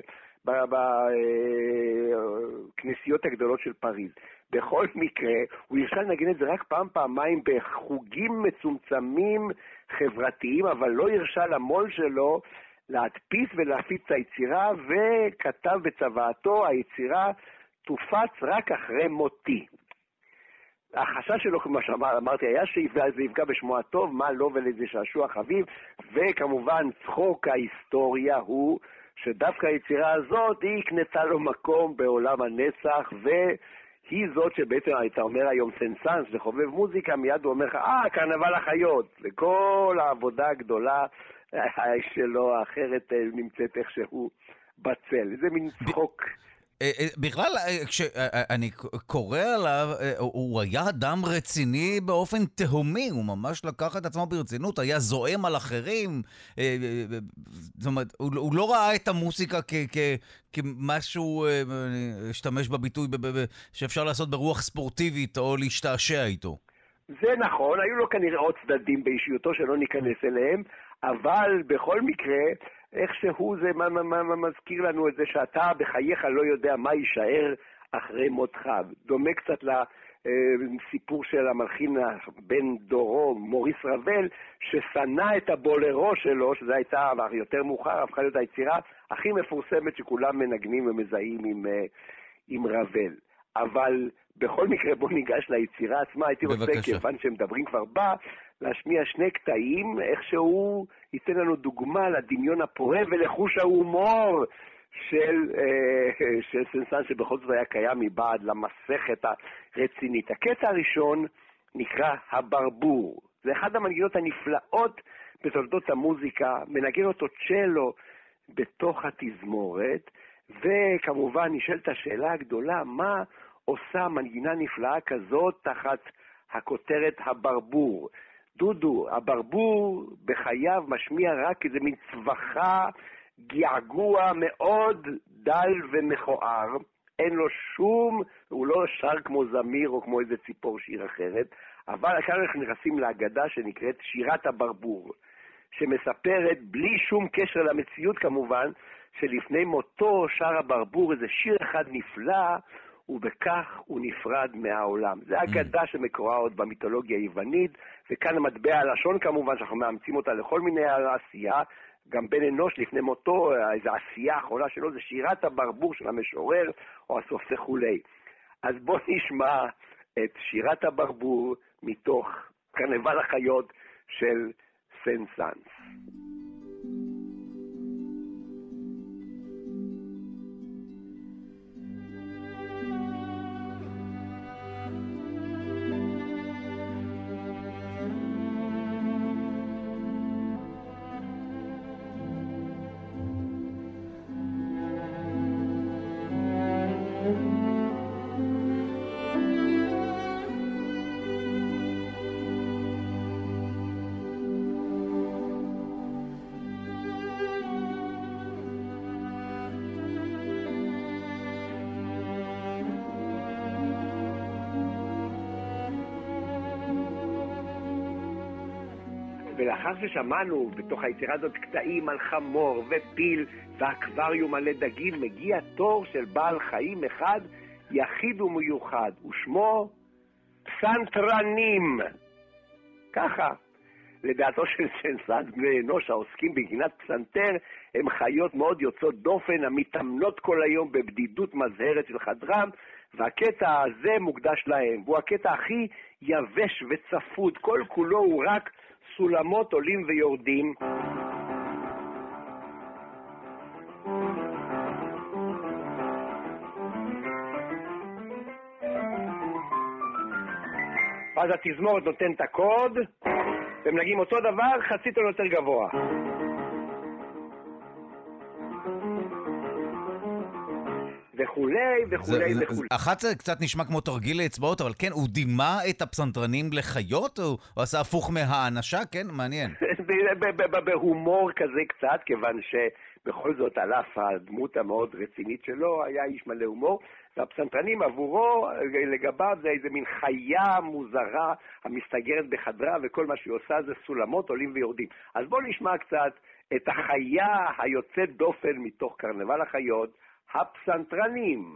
בכנסיות הגדולות של פריז. בכל מקרה, הוא הרשה לנגן את זה רק פעם פעמיים בחוגים מצומצמים חברתיים, אבל לא הרשה למול שלו להדפיס ולהפיץ את היצירה, וכתב בצוואתו, היצירה תופץ רק אחרי מותי. החשש שלו, כמו שאמרתי, היה שזה יפגע בשמו הטוב, מה לא ולזה שעשוע חביב, וכמובן צחוק ההיסטוריה הוא שדווקא היצירה הזאת היא הקנתה לו מקום בעולם הנצח, והיא זאת שבעצם אתה אומר היום סנסנס וחובב מוזיקה, מיד הוא אומר לך, אה, קרנבל החיות, וכל העבודה הגדולה שלו האחרת נמצאת איכשהו בצל. זה מין צחוק. בכלל, כשאני קורא עליו, הוא היה אדם רציני באופן תהומי, הוא ממש לקח את עצמו ברצינות, היה זועם על אחרים, זאת אומרת, הוא לא ראה את המוסיקה כמשהו, השתמש בביטוי שאפשר לעשות ברוח ספורטיבית או להשתעשע איתו. זה נכון, היו לו כנראה עוד צדדים באישיותו שלא ניכנס אליהם, אבל בכל מקרה, איכשהו זה מה, מה, מה, מה מזכיר לנו את זה שאתה בחייך לא יודע מה יישאר אחרי מותך. דומה קצת לסיפור של המלחין בן דורו, מוריס רבל, ששנא את הבולרו שלו, שזה הייתה יותר מאוחר, הפכה להיות היצירה הכי מפורסמת שכולם מנגנים ומזהים עם, עם רבל. אבל בכל מקרה בוא ניגש ליצירה עצמה, הייתי רוצה, כיוון שמדברים כבר בה, להשמיע שני קטעים, איך שהוא ייתן לנו דוגמה לדמיון הפורה ולחוש ההומור של, של סנסן שבכל זאת היה קיים מבעד למסכת הרצינית. הקטע הראשון נקרא הברבור. זה אחד המנגינות הנפלאות בתולדות המוזיקה, מנגן אותו צ'לו בתוך התזמורת, וכמובן נשאלת השאלה הגדולה, מה עושה מנגינה נפלאה כזאת תחת הכותרת הברבור? דודו, הברבור בחייו משמיע רק איזה מין צווחה, געגוע מאוד דל ומכוער, אין לו שום, הוא לא שר כמו זמיר או כמו איזה ציפור שיר אחרת, אבל כאן אנחנו נכנסים להגדה שנקראת שירת הברבור, שמספרת בלי שום קשר למציאות כמובן, שלפני מותו שר הברבור איזה שיר אחד נפלא, ובכך הוא נפרד מהעולם. זה אגדה שמקורה עוד במיתולוגיה היוונית, וכאן המטבע הלשון כמובן, שאנחנו מאמצים אותה לכל מיני עשייה, גם בן אנוש לפני מותו, איזו עשייה האחרונה שלו, זה שירת הברבור של המשורר, או הסוף וכולי. אז בוא נשמע את שירת הברבור מתוך קרנבל החיות של סן-סאנס. ולאחר ששמענו בתוך היצירה הזאת קטעים על חמור ופיל ואקווריום מלא דגים, מגיע תור של בעל חיים אחד יחיד ומיוחד, ושמו פסנתרנים. ככה, לדעתו של סן-סאנס, בני אנוש העוסקים בגינת פסנתר הם חיות מאוד יוצאות דופן, המתאמנות כל היום בבדידות מזהרת של חדרם, והקטע הזה מוקדש להם, והוא הקטע הכי יבש וצפות, כל כולו הוא רק סולמות עולים ויורדים. אז התזמורת נותן את הקוד, ומנגנים אותו דבר, חצי טון יותר גבוה. וכולי וכולי וכולי. אחת זה קצת נשמע כמו תרגיל לאצבעות, אבל כן, הוא דימה את הפסנתרנים לחיות? או הוא עשה הפוך מהאנשה? כן, מעניין. בהומור כזה קצת, כיוון שבכל זאת על אף הדמות המאוד רצינית שלו, היה איש מלא הומור, והפסנתרנים עבורו, לגביו זה איזה מין חיה מוזרה המסתגרת בחדרה, וכל מה שהיא עושה זה סולמות עולים ויורדים. אז בואו נשמע קצת את החיה היוצאת דופן מתוך קרנבל החיות, הפסנתרנים.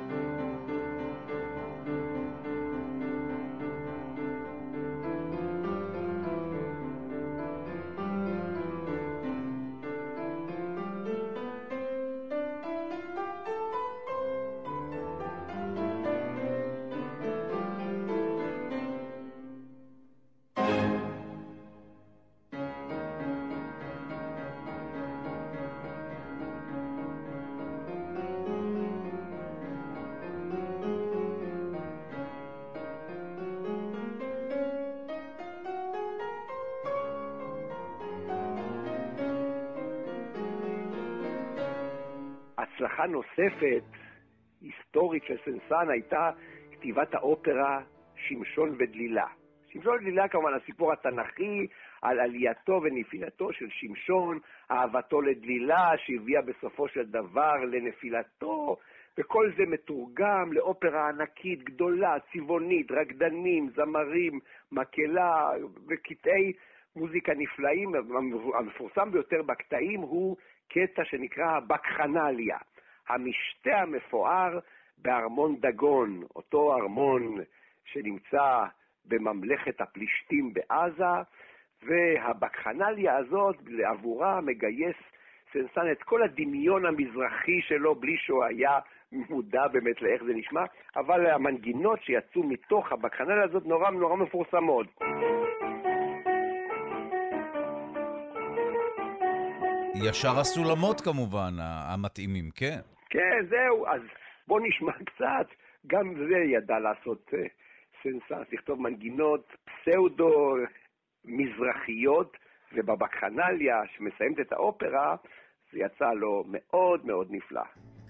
הצלחה נוספת, היסטורית של סן-סאנס, הייתה כתיבת האופרה שמשון ודלילה. שמשון ודלילה כמובן הסיפור התנ"כי על עלייתו ונפילתו של שמשון, אהבתו לדלילה שהביאה בסופו של דבר לנפילתו, וכל זה מתורגם לאופרה ענקית, גדולה, צבעונית, רקדנים, זמרים, מקהלה וקטעי מוזיקה נפלאים. המפורסם ביותר בקטעים הוא קטע שנקרא בקחנליה, המשתה המפואר בארמון דגון, אותו ארמון שנמצא בממלכת הפלישתים בעזה, והבקחנליה הזאת עבורה מגייס סן-סאנס את כל הדמיון המזרחי שלו בלי שהוא היה מודע באמת לאיך זה נשמע, אבל המנגינות שיצאו מתוך הבקחנליה הזאת נורא נורא מפורסמות. ישר הסולמות כמובן, המתאימים, כן. כן, זהו, אז בוא נשמע קצת, גם זה ידע לעשות uh, סנסנס, לכתוב מנגינות פסאודו מזרחיות, ובבקחנליה שמסיימת את האופרה, זה יצא לו מאוד מאוד נפלא.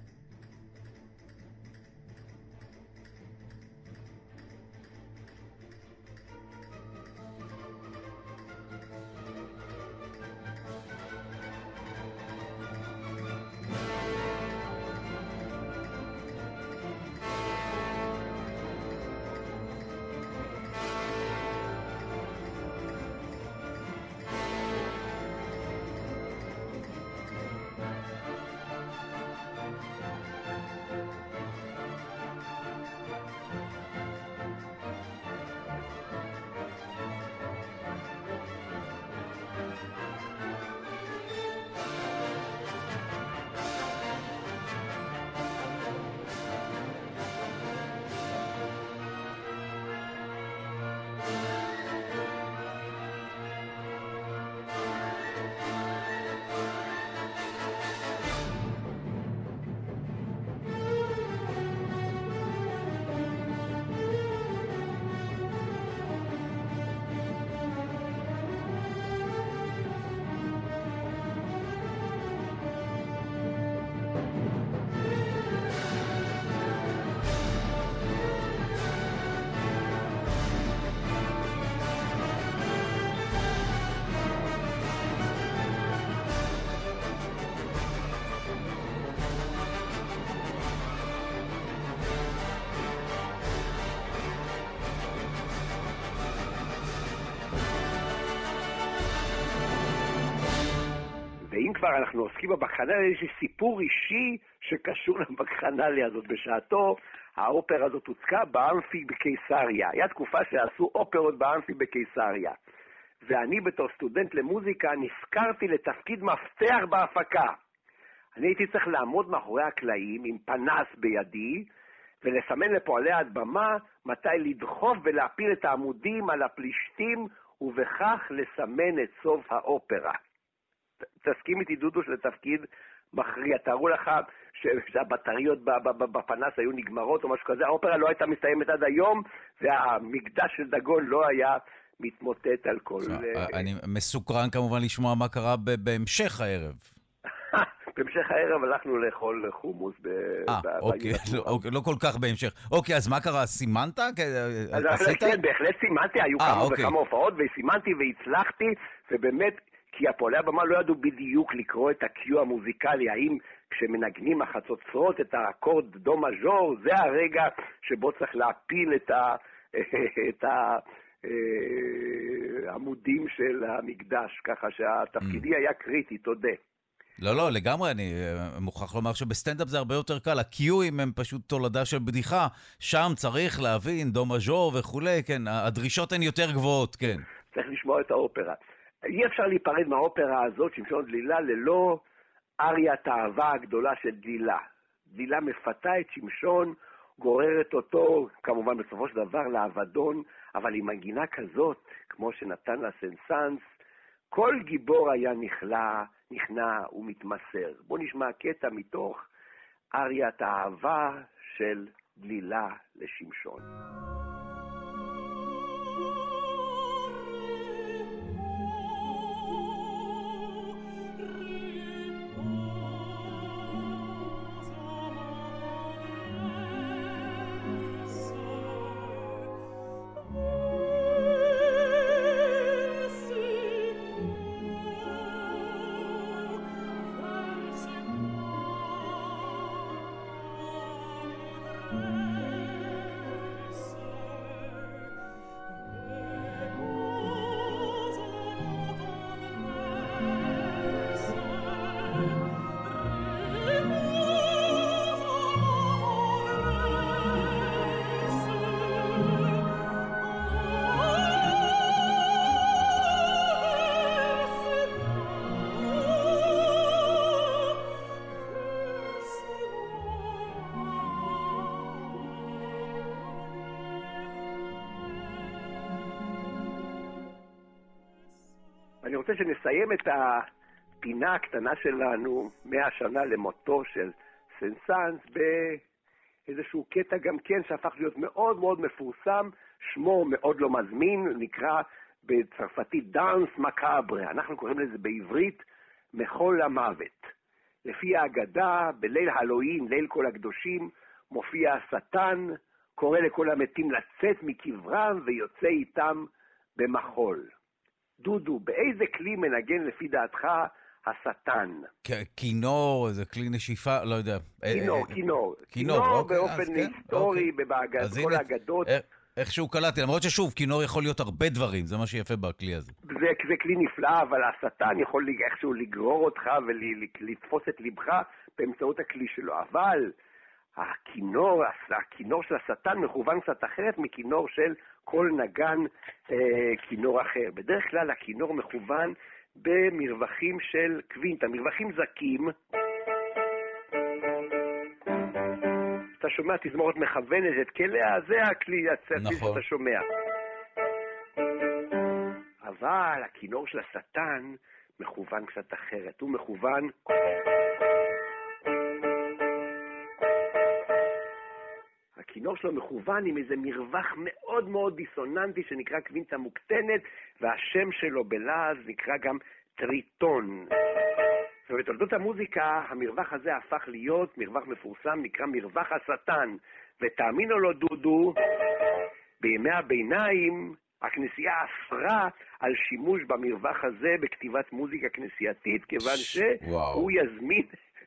ואם כבר אנחנו עוסקים בבקחנליה, יש סיפור אישי שקשור לבקחנליה הזאת. בשעתו, האופרה הזאת הוצגה באמפי בקיסריה. היה תקופה שעשו אופרות באמפי בקיסריה. ואני בתור סטודנט למוזיקה נזכרתי לתפקיד מפתח בהפקה. אני הייתי צריך לעמוד מאחורי הקלעים עם פנס בידי, ולסמן לפועלי ההדבמה מתי לדחוף ולהפיל את העמודים על הפלישתים, ובכך לסמן את סוף האופרה. תסכים איתי דודו שלתפקיד מכריע, תארו לך שהבטריות בפנס היו נגמרות או משהו כזה, האופרה לא הייתה מסתיימת עד היום, והמקדש של דגון לא היה מתמוטט על כל... אני מסוקרן כמובן לשמוע מה קרה בהמשך הערב. בהמשך הערב הלכנו לאכול חומוס ב... אה, אוקיי, לא כל כך בהמשך. אוקיי, אז מה קרה? סימנת? כן, בהחלט סימנתי, היו כמה וכמה הופעות, וסימנתי והצלחתי, ובאמת... כי הפועלי הבמה לא ידעו בדיוק לקרוא את הקיו המוזיקלי, האם כשמנגנים החצוצרות את האקורד דו מז'ור, זה הרגע שבו צריך להפיל את, ה, את העמודים של המקדש, ככה שהתפקידי היה קריטי, תודה. לא, לא, לגמרי, אני מוכרח לומר שבסטנדאפ זה הרבה יותר קל, הקיואים הם פשוט תולדה של בדיחה, שם צריך להבין דו מז'ור וכולי, כן, הדרישות הן יותר גבוהות, כן. צריך לשמוע את האופרה. אי אפשר להיפרד מהאופרה הזאת, שמשון דלילה, ללא אריית האהבה הגדולה של דלילה. דלילה מפתה את שמשון, גוררת אותו, כמובן בסופו של דבר, לאבדון, אבל עם מנגינה כזאת, כמו שנתן לה סנסנס, כל גיבור היה נכנע, נכנע ומתמסר. בוא נשמע קטע מתוך אריית האהבה של דלילה לשמשון. אני רוצה שנסיים את הפינה הקטנה שלנו, מאה שנה למותו של סנסנס, באיזשהו קטע גם כן שהפך להיות מאוד מאוד מפורסם, שמו מאוד לא מזמין, נקרא בצרפתית דאנס מקאברה, אנחנו קוראים לזה בעברית מחול המוות. לפי האגדה, בליל הלואים, ליל כל הקדושים, מופיע השטן, קורא לכל המתים לצאת מקברם ויוצא איתם במחול. דודו, באיזה כלי מנגן לפי דעתך השטן? כינור, איזה כלי נשיפה, לא יודע. כינור, כינור. כינור, באופן היסטורי, בכל האגדות. איכשהו קלטתי, למרות ששוב, כינור יכול להיות הרבה דברים, זה מה שיפה בכלי הזה. זה, זה כלי נפלא, אבל השטן יכול איכשהו לגרור אותך ולתפוס את לבך באמצעות הכלי שלו. אבל הכינור, הכינור של השטן מכוון קצת אחרת מכינור של כל נגן אה, כינור אחר. בדרך כלל הכינור מכוון במרווחים של קווינטה, מרווחים זקים. אתה שומע תזמורת מכוונת, את כליה, זה הכלי הצרפי נכון. שאתה שומע. אבל הכינור של השטן מכוון קצת אחרת, הוא מכוון... הכינור שלו מכוון עם איזה מרווח מאוד מאוד דיסוננטי שנקרא קווינטה מוקטנת, והשם שלו בלעז נקרא גם טריטון. ובתולדות המוזיקה המרווח הזה הפך להיות מרווח מפורסם, נקרא מרווח השטן. ותאמינו לו דודו, בימי הביניים הכנסייה אסרה על שימוש במרווח הזה בכתיבת מוזיקה כנסייתית, כיוון שהוא יזמין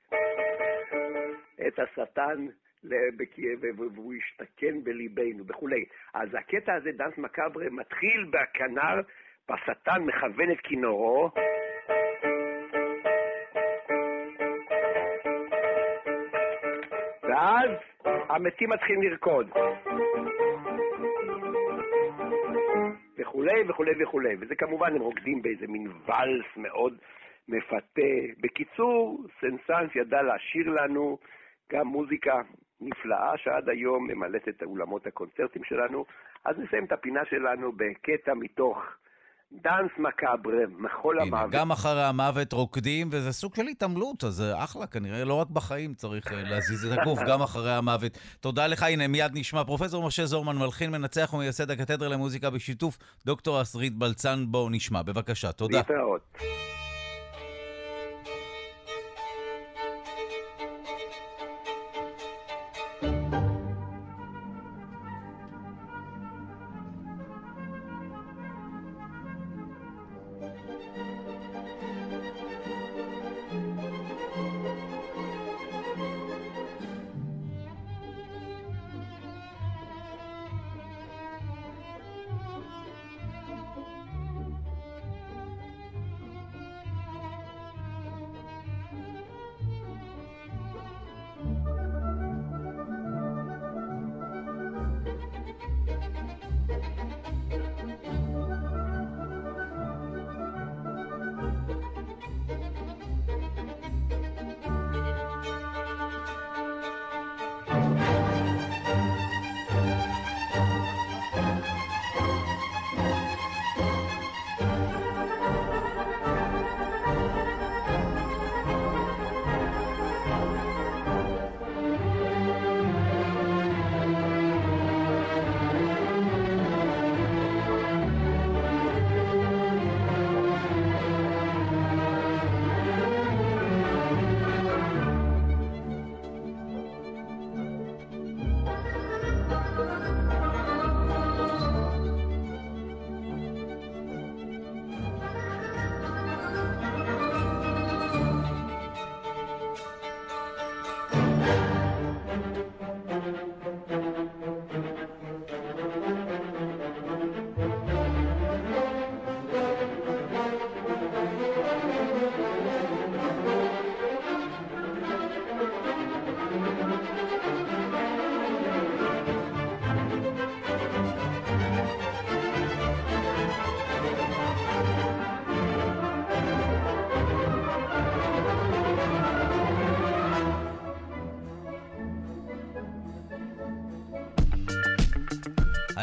את השטן והוא ישתכן בליבנו וכולי. אז הקטע הזה, דאנס מקאברה, מתחיל בכנר, בשטן מכוון את כינורו, ואז המתים מתחילים לרקוד וכולי וכולי וכולי, וזה כמובן הם רוקדים באיזה מין ולס מאוד מפתה. בקיצור, סנסנס ידע להשאיר לנו גם מוזיקה נפלאה שעד היום ממלאת את אולמות הקונצרטים שלנו. אז נסיים את הפינה שלנו בקטע מתוך דאנס מקאברה, מחול המוות. גם אחרי המוות רוקדים, וזה סוג של התעמלות, אז זה אחלה, כנראה לא רק בחיים צריך להזיז את הגוף, גם אחרי המוות. תודה לך, הנה מיד נשמע פרופסור משה זורמן, מלחין, מנצח ומייסד הקתדרה למוזיקה בשיתוף דוקטור אסרית בלצן. בואו נשמע, בבקשה, תודה. להתראות.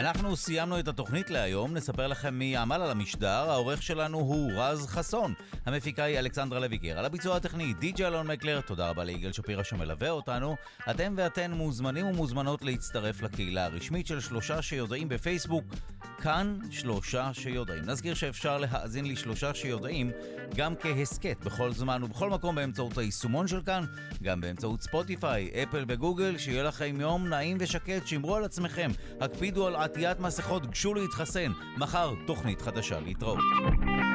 אנחנו סיימנו את התוכנית להיום, נספר לכם מי עמל על המשדר. העורך שלנו הוא רז חסון, המפיקה היא אלכסנדרה לויגר, על הביצוע הטכני די.ג'יי אלון מקלר. תודה רבה ליגאל שפירא שמלווה אותנו. אתם ואתן מוזמנים ומוזמנות להצטרף לקהילה הרשמית של שלושה שיודעים בפייסבוק, כאן שלושה שיודעים. נזכיר שאפשר להאזין לי שלושה שיודעים גם כהסקט בכל זמן ובכל מקום באמצעות היישומון של כאן, גם באמצעות ספוטיפיי, אפל וגוגל. שיהיה לכם יום נעים ושקט, שמרו על עצמכם, הקפידו על עטיית מסכות, גשו להתחסן. מחר תוכנית חדשה, להתראות.